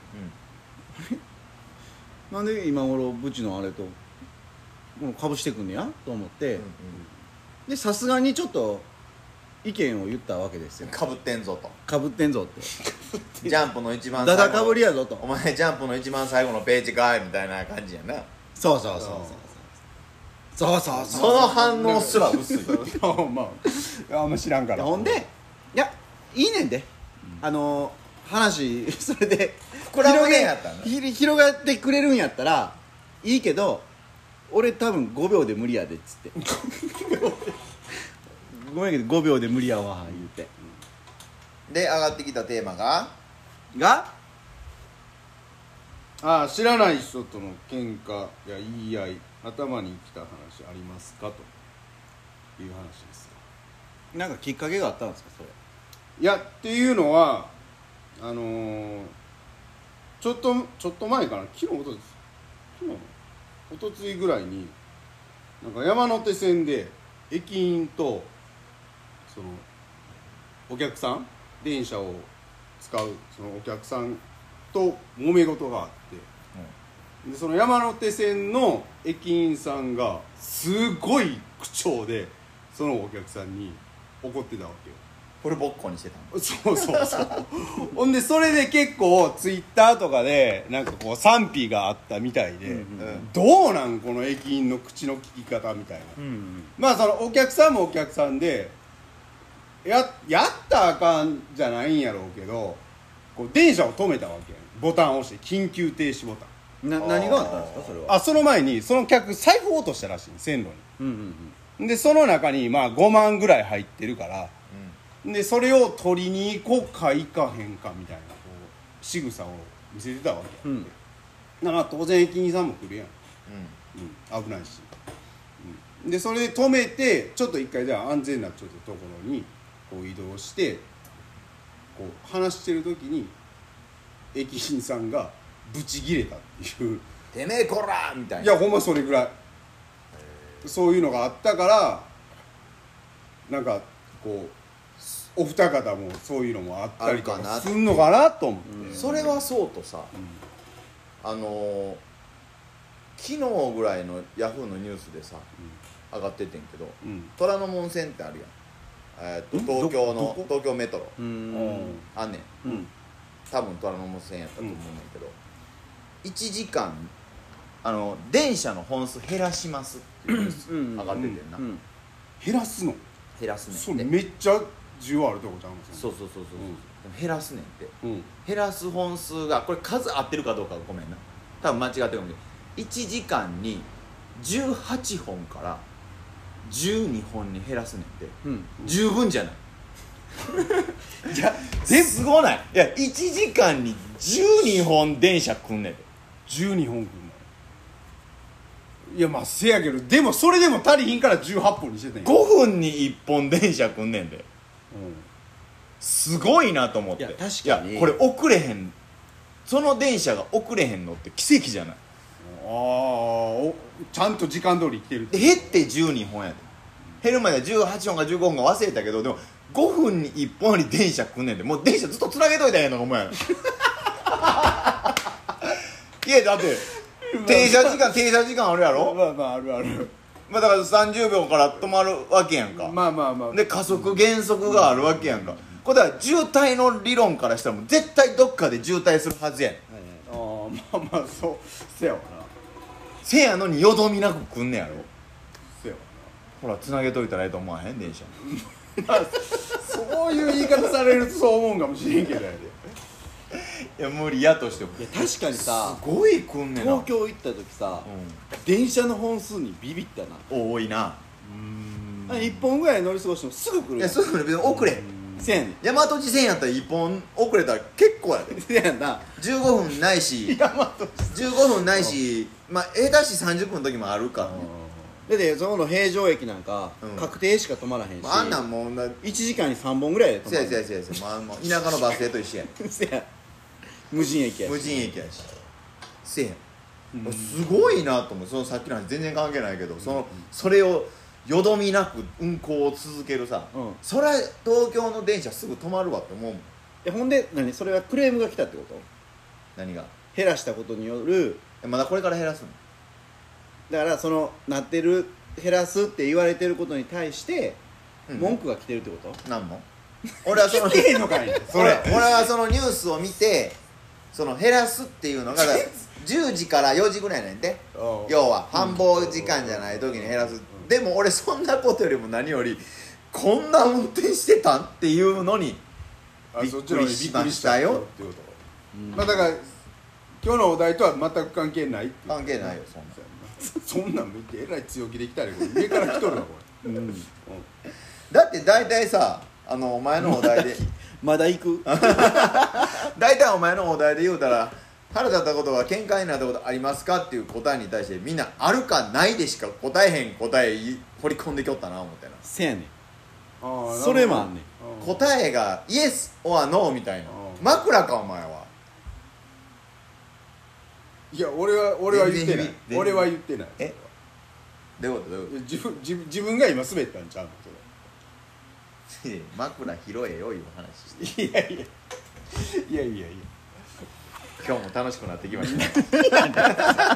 なんで今頃ブチのあれとかぶしてくんねやと思って、でさすがにちょっと意見を言ったわけですよ。 かぶってんぞとかぶってんぞってジャンプの一番ダ最後ダかぶりやぞと。 お前ジャンプの一番最後のページかいみたいな感じやなそうそうそうそうそうその反応すら薄いまああんま知らんから。 ほんでいやいいねんで、話それで膨らむねんやったらな広がってくれるんやったらいいけど俺多分5秒で無理やでっつってごめんけど5秒で無理やわ言うてで上がってきたテーマが知らない人との喧嘩や言い合い頭にきた話ありますかという話ですよ。 なんかきっかけがあったんですかそれ。 いやっていうのはちょっと前かな昨日おとついぐらいになんか山手線で駅員とそのお客さん電車を使うそのお客さんと揉め事があって、でその山手線の駅員さんがすごい口調でそのお客さんに怒ってたわけよ。 これボッコにしてたのそうほんでそれで結構ツイッターとかでなんかこう賛否があったみたいで、どうなんこの駅員の口の利き方みたいな、まあそのお客さんもお客さんでやったらあかんじゃないんやろうけどこう電車を止めたわけやん。ボタンを押して緊急停止ボタン何があったんですかそれは。 その前にその客財布を落としたらしい線路に、でその中にまあ5万ぐらい入ってるから、でそれを取りに行こうか行かへんかみたいなこう仕草を見せてたわけやって、だから当然駅員さんも来るやん、危ないし、でそれで止めてちょっと一回じゃあ安全なちょっとところにこう移動してこう話してる時に駅員さんがブチギレたっていうてめえこらみたいな。 いやほんまそれぐらいそういうのがあったからなんかこうお二方もそういうのもあったりとかすんのかなと思って、 それはそうとさ、昨日ぐらいのヤフーのニュースでさ、上がっててんけど、虎ノ門線ってあるやん、東京メトロあんねん、多分虎ノ門線やったと思うんだけど、1時間電車の本数減らしますっていうニュース上がっててんな、 減らすの減らすねんって。 それめっちゃ需要あるとこちゃうんですよ。 そう、でも減らすねんって、減らす本数がこれ数合ってるかどうかごめんな、多分間違ってるかもしれない。1時間に18本から12本に減らすねんって、十分じゃないいやすごない。いや1時間に12本電車来んねんで。 12本くんのいやまあせやけどでもそれでも足りひんから18本にしてたんや。 5分に1本電車来んねんで、すごいなと思って。 いや確かにいやこれ遅れへん、その電車が遅れへんのって奇跡じゃない。 ちゃんと時間通り来てるってで減って12本やで、減るまで18本か15本か忘れたけど、でも 5分に1本に電車来んねんで、もう電車ずっとつなげといたらええのかお前いやだって停車時間あるやろ、 まあまああるあるまあだから30秒から止まるわけやんか、 まあまあまあで加速減速があるわけやんか、これだから渋滞の理論からしたらもう絶対どっかで渋滞するはずやん、 ああまあまあそうせやわなせやのによどみなく来んねやろ、 せやわほらつなげといたらええと思わへん電車なまあそういう言い方されるとそう思うんかもしれんけどやでいや無理やとしてもいや確かにさすごい来んねんな、 東京行った時さ、 う電車の本数にビビったな、 多いな、 1本ぐらい乗り過ごしてもすぐ来るやんいやそういうの別に遅れせやねん大和路線やったら1本遅れたら結構やでせやんな 15分ないし大和 15分ないしまあ下手し30分の時もあるからね、 でそこの平常駅なんか、 うん確定しか止まらへんし、 あんなんもう 1時間に3本ぐらいで止せまるやせやせやせや、まあ、もう田舎のバス停と一緒やせや無人駅やし無人駅やしせや、すごいなと思う、そのさっきの話全然関係ないけど、それをよどみなく運行を続けるさ、そりゃ東京の電車すぐ止まるわって思うもん。 ほんでそれはクレームが来たってこと？ 何が減らしたことによる、 まだこれから減らすの？ だからそのなってる減らすって言われてることに対して文句が来てるってこと？ なんも俺はその来てへんのかいそれ俺はそのニュースを見てその減らすっていうのが10時から4時ぐらいなんやて、要は繁忙時間じゃない時に減らす、でも俺そんなことよりも何よりこんな運転してたんっていうのにびっくりしましたよってこと、まあだから今日のお題とは全く関係ないっていう関係ないよそんなそんなん見てえらい強気できたら上から来とるわこれ、 だって大体さお前のお題でまだ行く大体お前のお題で言うたら腹立ったことが喧嘩になったことありますかっていう答えに対してみんなあるかないでしか答えへん答え掘り込んできよったな思ってな、 せやねんそれもあんねん答えがイエスオアノーみたいな枕かお前はいや俺は言ってない俺は言ってないえどういうこと自分が今滑ったんちゃうのそれ枕拾えよいう話していやいや今日も楽しくなってきましたね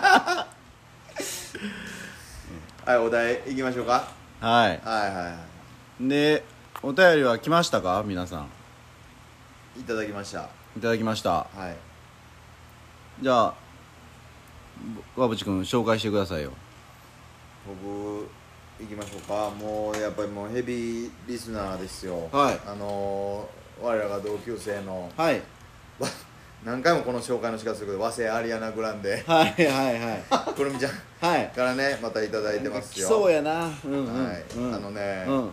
はいお題いきましょうか。 はいはいはいでお便りは来ましたか皆さん？ いただきました。 いただきました。 はいじゃあわぶちくん紹介してくださいよ。 僕行きましょうか。もうやっぱりもうヘビーリスナーですよ。 はい我らが同級生のはい何回もこの紹介の仕方するけど和製アリアナグランデはいはいくるみちゃんはいからねまたいただいてます来よ。 そうやなはい、 うん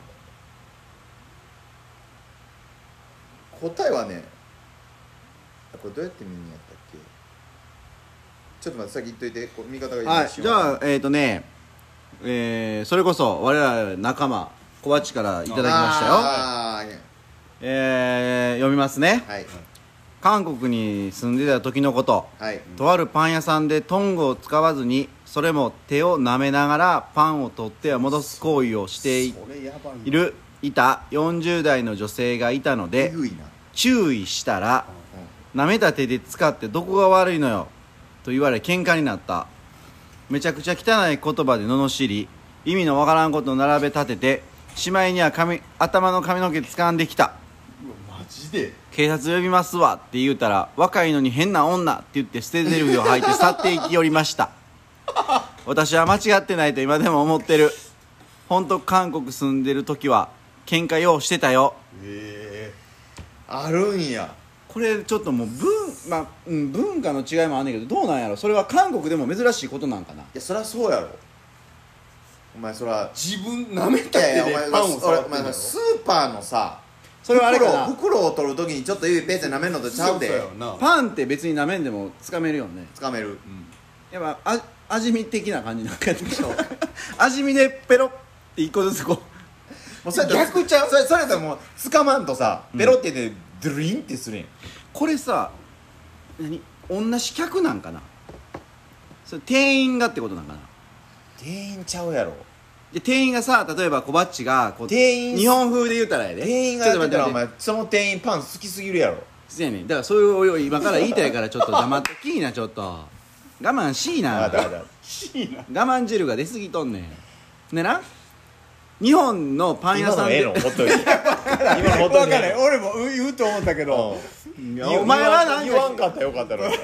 答えはねこれどうやって見んのやったっけ。ちょっと待って先言っといてこう見方がいいはいですよ。 じゃあそれこそ我々仲間小鉢からいただきましたよ。 あー読みますね。 はい韓国に住んでた時のこと、 はいとあるパン屋さんでトングを使わずにそれも手を舐めながらパンを取っては戻す行為をしていた40代の女性がいたのでえぐいな。 注意したら舐めた手で使ってどこが悪いのよと言われ喧嘩になった。めちゃくちゃ汚い言葉で罵り意味のわからんことを並べ立ててしまいには頭の髪の毛掴んできた。 マジで警察呼びますわって言うたら若いのに変な女って言って捨て台詞を吐いて去っていきよりました私は間違ってないと今でも思ってる。本当韓国住んでる時は喧嘩ようしてたよ。 あるんや。 これちょっともう文化の違いもあんねんけどどうなんやろ。それは韓国でも珍しいことなんかな。 いやそりゃそうやろ。お前そりゃ自分舐めたいやいや手でパンを触ってお前んのよスーパーのさそれはあれかな袋を取るときにちょっと指ペースで舐めるのとちゃうでそうやなパンって別に舐めんでもつかめるよね。 つかめる。 やっぱ味見的な感じなんかでしょ味見でペロって一個ずつこうもうそれやったら逆ちゃうそれやったらもうつかまんとさペロってでドゥリンってするやん。 これさ同じ客なんかな。それ店員がってことなんかな。 店員ちゃうやろ。 で店員がさ例えば小バッチがこう店員日本風で言うたらやで店員がやってたらおちょっと待って前その店員パン好きすぎるやろそうやねんだからそういうおいおい今から言いたいからちょっと黙ってきいなちょっと我慢しいなあだだしいな我慢汁が出過ぎとんねんでな日本のパン屋さんで今のええのほっといて今のほっと分いてかんない俺も言うと思ったけどいやお前はなん言わかんかったらよかったろ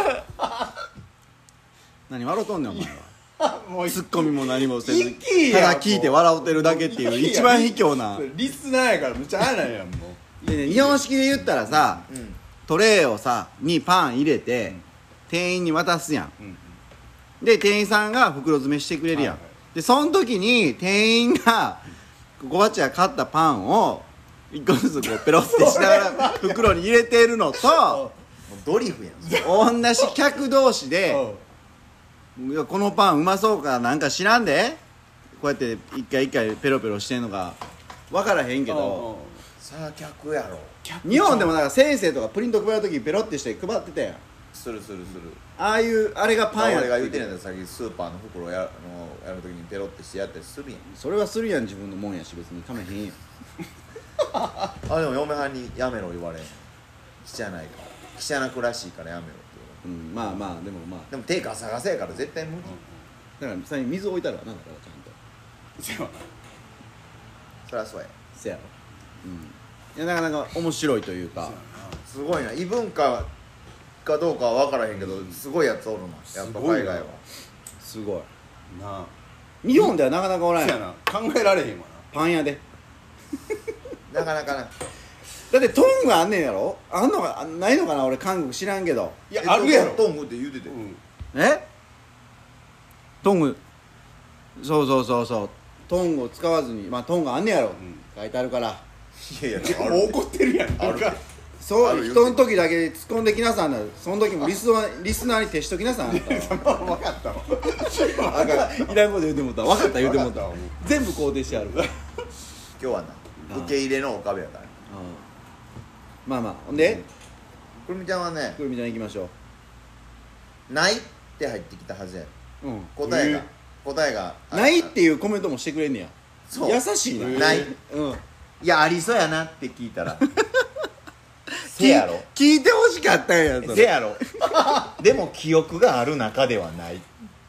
何笑うとんねんお前はもうツッコミも何もせず一気やただ聞いて笑うてるだけっていう一番卑怯なリスナーやからむちゃあないやんもうでね日本式で言ったらさうんトレーをさにパン入れて店員に渡すやんうんで店員さんが袋詰めしてくれるやん、 はいはいでその時に店員が小バチが買ったパンを一個ずつこうペロってしながら袋に入れてるのともうドリフやん同じ客同士でいやこのパンうまそうかなんか知らんでこうやって一回一回ペロペロしてんのか分からへんけどさあ客やろ日本でもなんか先生とかプリント配る時ペロってして配ってたやんするああいうあれがパンや俺が言うてんやったらさっきスーパーの袋やる時にペロってしてやったりするやんそれはするやん自分のもんやし別にかめへんやんあでも嫁はんにやめろ言われん汚いから汚くらしいからやめろって言われうんまあまあでもまあでも手ガサガサやから絶対無理だから最近水置いたらなだからちゃんとそりゃそうやせやろいやなかなか面白いというかすごいな異文化かどうかは分からへんけどすごいやつおるなやっぱ海外はすごいなあ日本ではなかなかおらんやんそうやな考えられへんわパン屋でなかなかなだってトングあんねんやろあんのかないのかな俺韓国知らんけどないやあるやろトングって言うててうんえトングそうトングを使わずにまあトングあんねやろ、書いてあるからいやいやもう怒ってるやんあるなんかそうあるよ人の時だけ突っ込んできなさんなその時もリスナーに徹しときなさんあんたは分かったわあかんいらんこと言うてもった分かった言うてもった分かったわもう全部肯定してあるから今日はな受け入れの岡部やからまあまあほんでくるみちゃんはねくるみちゃん行きましょないって入ってきたはずやう、 答えがないっていうコメントもしてくれんねやそう優しいなないうんいやありそうやなって聞いたらせやろ聞いてほしかったんやそれせやろでも記憶がある中ではない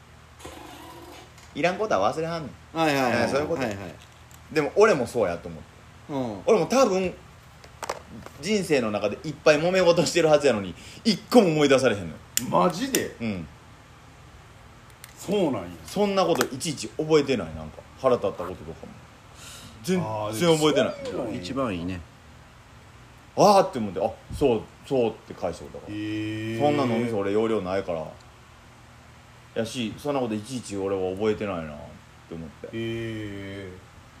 いらんことは忘れはんねんはいはいはいそういうことはいはいでも俺もそうやと思ってうん俺も多分人生の中でいっぱい揉め事してるはずやのに一個も思い出されへんのよマジでうんそうなんやそんなこといちいち覚えてないなんか腹立ったこととかも全あー然覚えてない一番いいねあーって思ってあそうって返したことだからへえそんな脳みそ俺容量ないからやしそんなこといちいち俺は覚えてないなって思ってへえ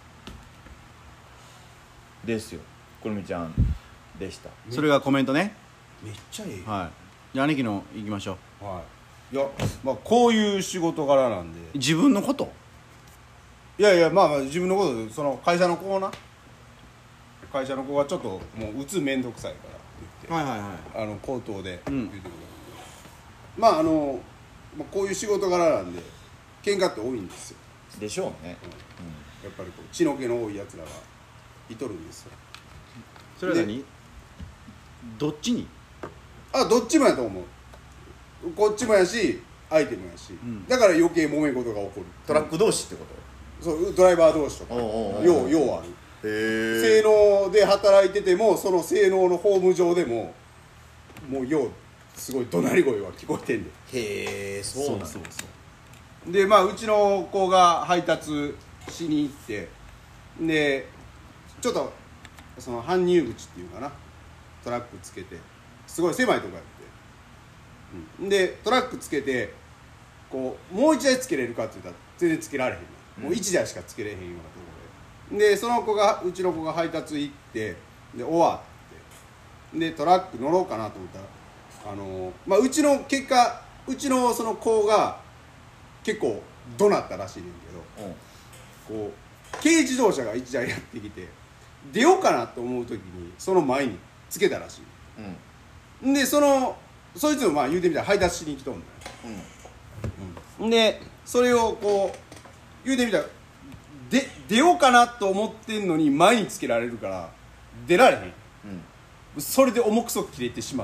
ですよくるみちゃんでしたそれがコメントねめっちゃええはいじゃあ兄貴の行きましょはいいやまあこういう仕事柄なんでう自分のこといやいやまあ自分のことでその会社の子がちょっともう打つ面倒くさいから言って、 はいはいはい口頭でうん言ってくれた、まあまあこういう仕事柄なんで喧嘩って多いんですよ、 でしょうね、 やっぱりこう血の気の多いやつらがいとるんですよそれは何どっちにどっちもやと思うこっちもやし相手もやし、 んだから余計揉め事が起こるトラック同士ってこそうドライバー同士とかおうおうおうようあるとへ性能で働いててもその性能のホーム上でももうようすごい怒鳴り声は聞こえてんでへえそうなんだそうでまあうちの子が配達しに行ってでちょっとその搬入口っていうかなトラックつけてすごい狭いとこやって、でトラックつけてこうもう1台つけれるかって言ったら全然つけられへんの、もう1台しかつけれへんようなところでその子がうちの子が配達行ってで終わってでトラック乗ろうかなと思ったらまあうちの結果うちのその子が結構怒鳴ったらしいねんけどこう軽自動車が1台やってきて出ようかなと思う時にその前につけたらしい、でそいつもまあ言うてみたら配達しに来とんだよ、でそれをこう言うてみたら出ようかなと思ってんのに前につけられるから出られへん、それで重くそ切れてしまった。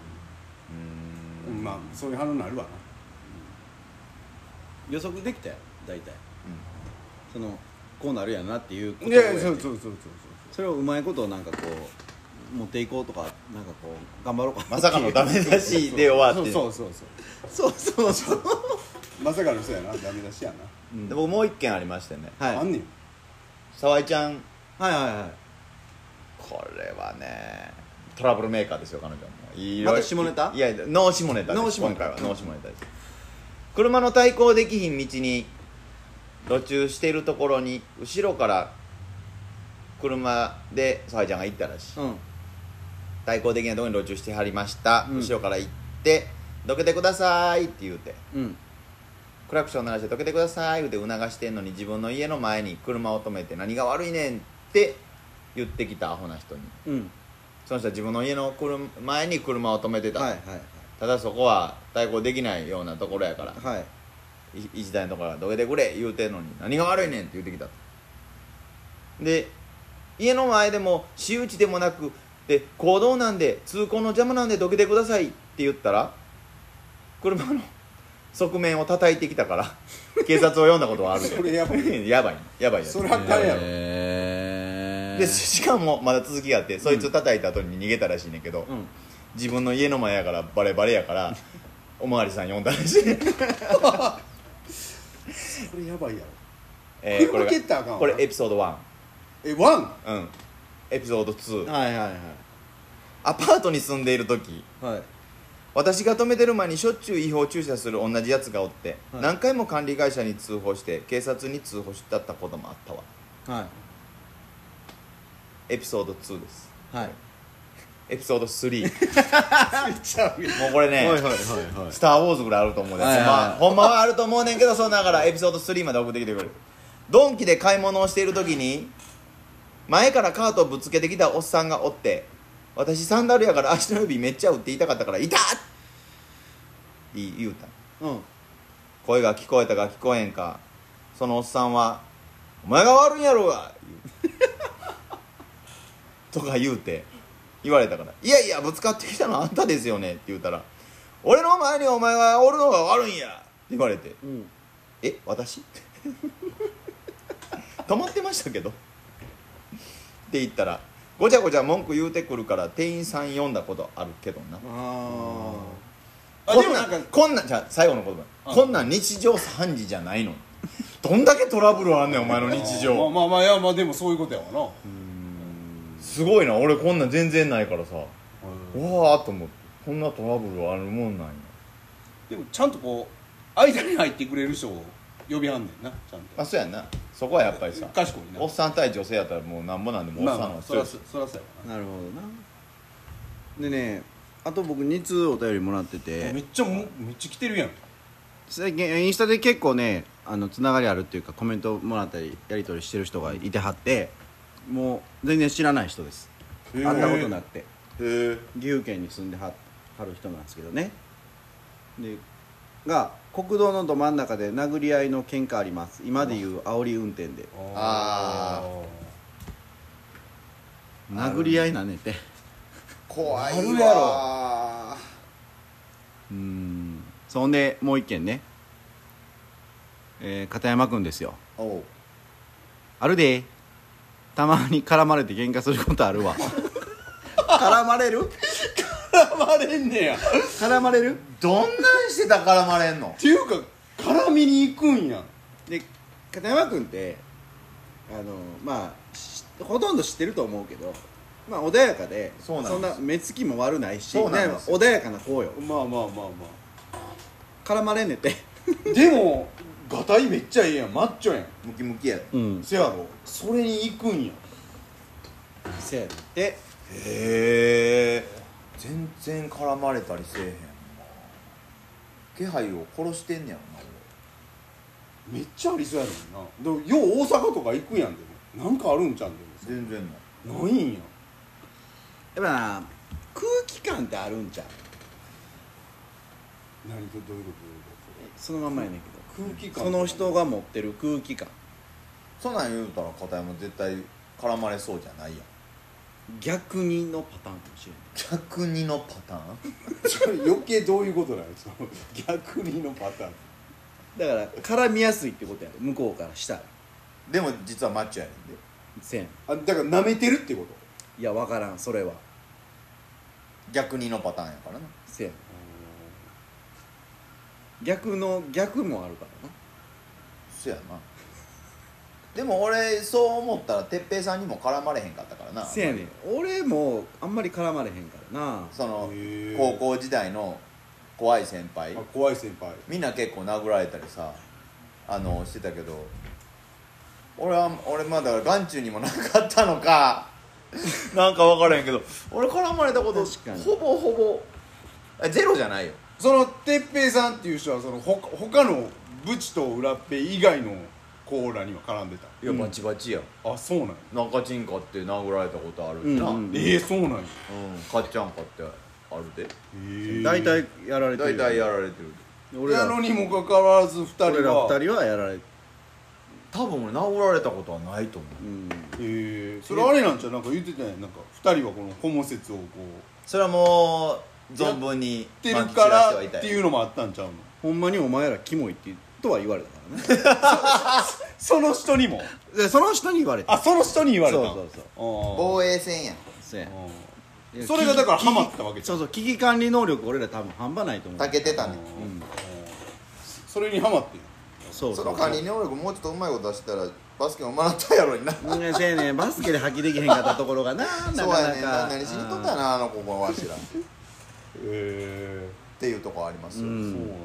まあそういう反応になるわな。 予測できたよ大体、そのこうなるやなっていうことをいややってそうそれをうまいことをなんかこう持っていこうとかなんかこう頑張ろうかなまさかのダメ出しで終わってそうまさかの人やな、ダメ出しやな、 で僕もう一件ありましてね、 はいあんねん。 沢井ちゃんはいはいはいこれはねトラブルメーカーですよ彼女もいまた下ネタいやノー下ネタですノー下ネタ今回はノー下ネタです車の対向できひん道に路駐しているところに後ろから車で沢井ちゃんが行ったらしい、対向できないところに路駐してはりました、後ろから行ってどけてくださいって言うて、クラクション鳴らしてどけてくださいって促してんのに自分の家の前に車を止めて何が悪いねんって言ってきたアホな人に、その人は自分の家の前に車を止めてた、ただそこは対向できないようなところやから、一台のところからどけてくれ言うてんのに何が悪いねんって言ってきたと。で家の前でも私有地でもなくで公道なんで通行の邪魔なんでどけてくださいって言ったら車の側面を叩いてきたから警察を呼んだことはあるでそれやばいやばいやつそれはあかんやろ、 でしかもまだ続きがあってそいつ叩いた後に逃げたらしいねんけど、自分の家の前やからバレバレやからおまわりさん呼んだらしいそれやばいやろ、車蹴ったらあかんわこれエピソード1、 ワンエピソード2、 はいはいアパートに住んでいる時はい私が止めてる前にしょっちゅう違法駐車する同じやつがおって、何回も管理会社に通報して警察に通報してったこともあったわ。 はいエピソード2です。 はいエピソード3 ちゃうよもうこれね、スター・ウォーズぐらいあると思うね、ほんまはあると思うねんけど、そうながらエピソード3まで送ってきてくれる。ドンキで買い物をしている時に前からカートをぶつけてきたおっさんがおって、私サンダルやから足の指めっちゃ打って痛かったから痛っって言うた。声が聞こえたか聞こえんか、そのおっさんはお前が悪いんやろうがとか言われたから、いやいやぶつかってきたのあんたですよねって言うたら、俺の前にお前がおるのが悪いんやって言われて、え私止まってましたけどって言ったら、ごちゃごちゃ文句言うてくるから店員さん呼んだことあるけどな。こんなんじゃあ最後の言葉、こんなん日常3時じゃないの、どんだけトラブルあんねんお前の日常。 まあいやまあでもそういうことやわな。 すごいな、俺こんなん全然ないからさ、わーと思って、こんなトラブルあるもんなんや。 でもちゃんとこう間に入ってくれる人を呼びはんねんな、ちゃんと。 そうやんな、そこはやっぱりさ、 賢いな。 おっさん対女性やったらもうなんぼなんでもおっさんの方が強い。 そらそうやわな。 なるほどな。でね、あと僕2通お便りもらってて、 めっちゃ来てるやん。 最近インスタで結構ねつながりあるっていうかコメントもらったりやり取りしてる人がいてはって、もう全然知らない人です。会ったことなくて、岐阜県に住んではる人なんですけどね。でが国道のど真ん中で殴り合いの喧嘩あります、今でいう煽り運転で。殴り合いなんねんて。 怖いわ。 あるやろ。 そんでもう一件ね、片山くんですよ。あるで、たまに絡まれて喧嘩することあるわ。絡まれる？ 絡まれんねや。 絡まれる？ どんなんしてた絡まれんのっていうか絡みに行くんや。 で片山くんってまあほとんど知ってると思うけど、まあ穏やかで、そんな目つきも悪ないし、穏やかな方よ。 まあ絡まれんねってでもガタイめっちゃええやん、マッチョやん。 ムキムキやで。 せやろ、それに行くんや。 せやってへえ、全然絡まれたりせえへんわ。気配を殺してんねやろなめっちゃありそうやのにな。でもよう大阪とか行くやん。でもなんかあるんちゃうん。でも全然ないんや。 やっぱな、空気感ってあるんちゃう。 何とどういうこそのまんまやねんけど、 と？空気感。 その人が持ってる空気感。 そんなん言うたら片山絶対絡まれそうじゃないやん。 逆にのパターンかもしれない。 逆にのパターンそれ余計どういうことなのその逆にのパターン。 だから絡みやすいってことやろ向こうからしたら。 でも実はマッチョやねんで。 せやん。 あだから舐めてるってこと。 いや分からんそれは。 逆にのパターンやからな。 せやん。逆の逆もあるからな。 そやな。でも俺そう思ったら哲平さんにも絡まれへんかったからな。 せやねん。俺もあんまり絡まれへんからな。 そのへー高校時代の怖い先輩あ怖い先輩。 みんな結構殴られたりさしてたけど、俺まだ眼中にもなかったのかなんか分からへんけど俺絡まれたこと確かにほぼほぼゼロじゃないよ。 その哲平さんっていう人はその他のブチと裏っぺ以外のコーラには絡んでた。 いやバチバチや、 あそうなんや。 中チン買って殴られたことあるしな、 うんうんそうなんや。 かっちゃん買ってあるで。 大体やられてる。 大体やられてる。 俺らやのにもかかわらず2人は俺ら二人はやられて多分俺殴られたことはないと思う。 それあれなんちゃうなんか言ってたやん。なんか2人はこのホモ説をこうそれはもう存分に言ってるからはいたいっていうのもあったんちゃうの。 ほんまにお前らキモいってとは言われたからねその人にも。 でその人に言われた。 あその人に言われた。 そうそうそう。 防衛戦やん。 そうやいやそれがだからハマったわけじゃん。 そうそう危機管理能力俺ら多分半端ないと思う。 たけてたね。 うんそれにハマってる。 そうそうその管理能力もうちょっとうまいこと出したらバスケも学ったやろにな。 ねせやねんバスケで発揮できへんかったところがななそうやねんかなか何しにとったなここわしらっへていうとこありますよ。 うんそうなんだ。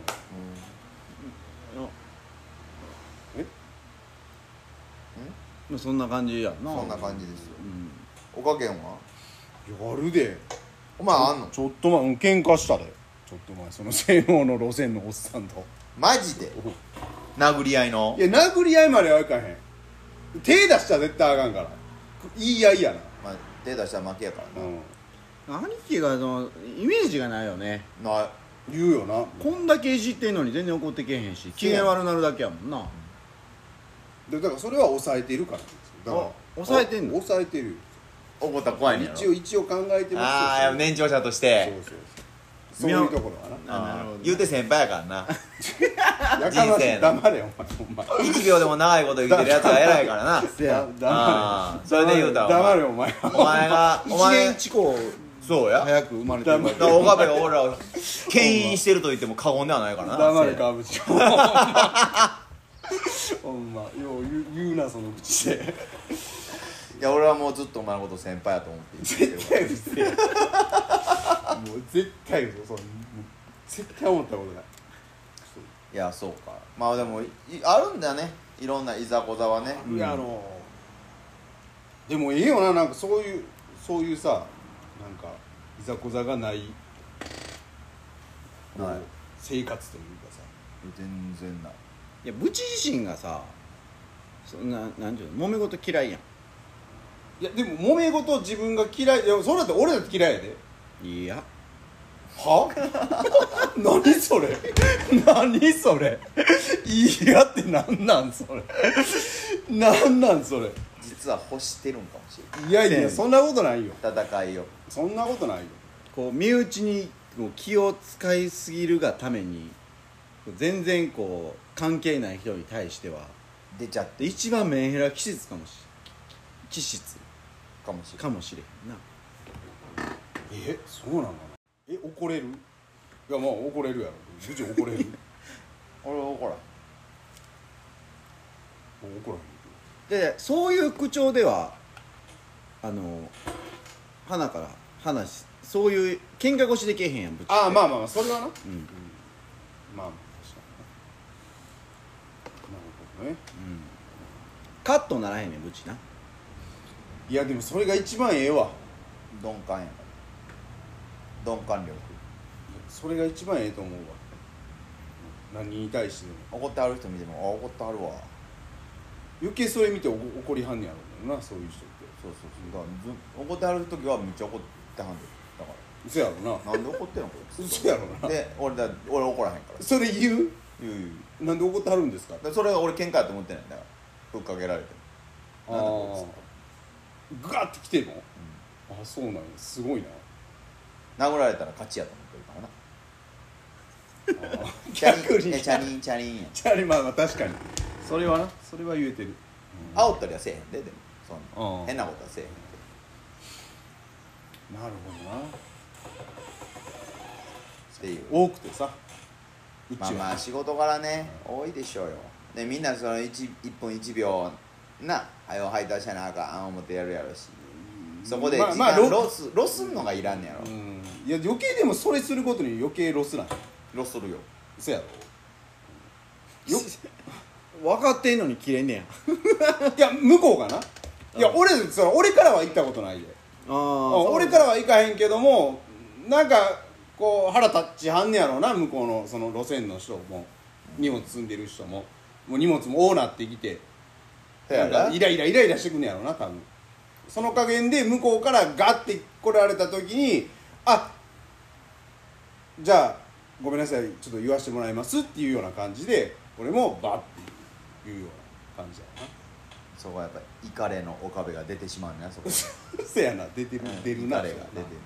まあそんな感じやんな。 そんな感じですよ。 うんおかけんはやるで。 お前あんのちょっと前喧嘩したで。ちょっと前その性能の路線のおっさんと。 マジで殴り合いのいや殴り合いまではいかへん。手出したら絶対あかんから。言い合いやな。 まあ手出したら負けやからな。 兄貴がそのイメージがないよね。 言うよな。 こんだけいじってんのに全然怒ってけへんし機嫌悪なるだけやもんな。 だからそれは抑えてるからですよ。だから抑えてんの？ 抑えてるよ。 怒ったら怖いねやろ。 一応考えてますよ。 ああ年長者としそうてそうそういうところはな。 なるほど言うて先輩やからな。 やかましい人生の黙れよお前 1秒でも長いこと生きてるやつが偉いからな。 せやあーそれで言うたら黙れよお前お前が一年一個そうや。 早く生まれてる黙だから岡部が俺らを牽引してると言っても過言ではないからな。 黙れかぶちほんまよう言うなその口でいや俺はもうずっとお前のこと先輩やと思って生きてる絶対うせえもう絶対嘘そう絶対思ったことないいやそうか。まあでもあるんだねいろんないざこざはね。 いやでもええよななんかそういうさなんかいざこざがないこうはい生活というかさ全然ない。 いやブチ自身がさそんななんていうの揉め事嫌いやいやでも揉め事自分が嫌いいやそれだって俺だって嫌いやでん。いやは何それ何それいやってなんなんそれなんなんそれ実は欲してるんかもしれない。 いやいやそんなことないよ戦いを。 そんなことないよこう身内にこう気を使いすぎるがために全然こう関係ない人に対しては出ちゃってで一番メンヘラ気質かもかもしれない。 かもしれへんな。 そうなんかな怒れるいやまあ怒れるやろ部長怒れる俺怒らん。 怒らへんでそういう口調では花から話そういう喧嘩腰でけえへんやんぶっちゃけああまあまあそれはな、 うんまあ確かになるほどねカットならへんねんぶちないやでもそれが一番ええわ鈍感やから鈍感力。 それが一番ええと思うわ何に対してでも怒ってはる人見てもあ怒ってはるわ。 余計それ見て怒りはんねやろうなそういう人ってそうそうそう。だから怒ってはる時はめっちゃ怒ってはんで。だか嘘やろならなんで怒ってんのこいつ。 嘘やろなで俺怒らへんから。 それ言う言うなんで怒ってはるんですかでそれが俺喧嘩やと思ってないんだから。ぶっかけられてあグガッてきてるの、あそうなんやすごいな殴られたら勝ちやと思ってるからな逆にチャリンチャリンやんチャリまあまあ確かにそれはなそれは言えてる、 煽ったりはせえへんでもそんなうん変なことはせえへんでなるほどなっていう多くてさうちは、 まあ仕事柄ね多いでしょうよでみんなその 1分1秒なはよ配達しなあかん思ってやるやろしそこで時間ロスんのがいらんねやろいや余計でもそれすることに余計ロスなんロスするよそやろ分かってんのに切れんねやいや向こうがな、いや俺からは行ったことないで俺からは行かへんけどもなんかこう腹立ちはんねやろうな向こうのその路線の人も荷物積んでる人ももう荷物も多なってきてなんかイライラしてくんねやろうな多分その加減で向こうからガッて来られた時にあじゃあごめんなさいちょっと言わせてもらいますっていうような感じで俺もバッていうような感じやなそこはやっぱり怒れの岡部が出てしまうねそこせやな出るな怒れが出てしまう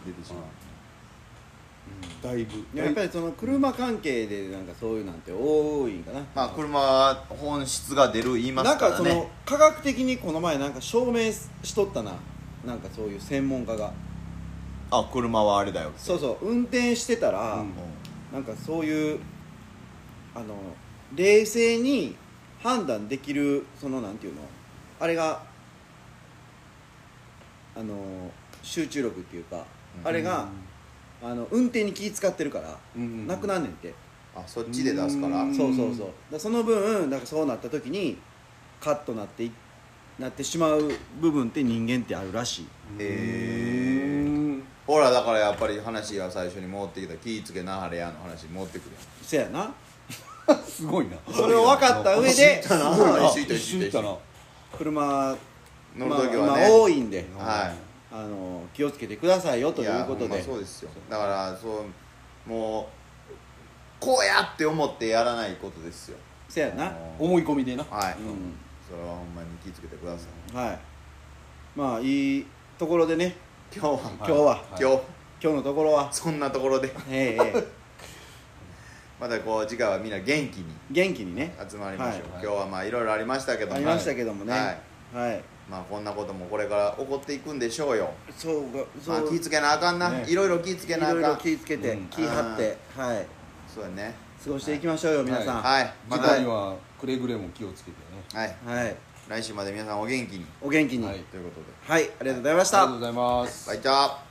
だいぶやっぱりその車関係でなんかそういうなんて多いんかなまあ車は本質が出る言いますなんからねかその科学的にこの前なんか証明しとったななんかそういう専門家があ車はあれだよってそうそう運転してたら、 うんなんかそういう冷静に判断できるそのなんていうのあれが集中力っていうか、あれが運転に気使ってるから、なくなんねんてあそっちで出すからそうそうそうだその分なんかそうなった時にカッとなってしまう部分って人間ってあるらしいほらだからやっぱり話が最初に持ってきた気ぃつけなはれやの話に持ってくるせやなすごいなそれを分かった上ですごいな一一緒いたな乗車る時はね、 まあ多いんではい気をつけてくださいよということでいやほんまそうですよだからもうこうやって思ってやらないことですよせやな思い込みでなはい、 うんそれはほんまに気ぃつけてくださいはいまあいいところでね今日は今日は今日のところはそんなところでええまたこう次回はみんな元気に元気にね集まりましょう、 はい今日はまあいろいろありましたけどもありましたけどもねはいはいまあこんなこともこれから起こっていくんでしょうよそうがそまあう気ぃつけなあかんな、 ねいろいろ気ぃつけいろいろなあかん気ぃつけて気張ってはいそうやね過ごしていきましょうよ皆さんはいま次た回はくれぐれも気をつけてねはいはい来週まで皆さんお元気にお元気にははいいということでありがとうございましたありがとうございますバイチャー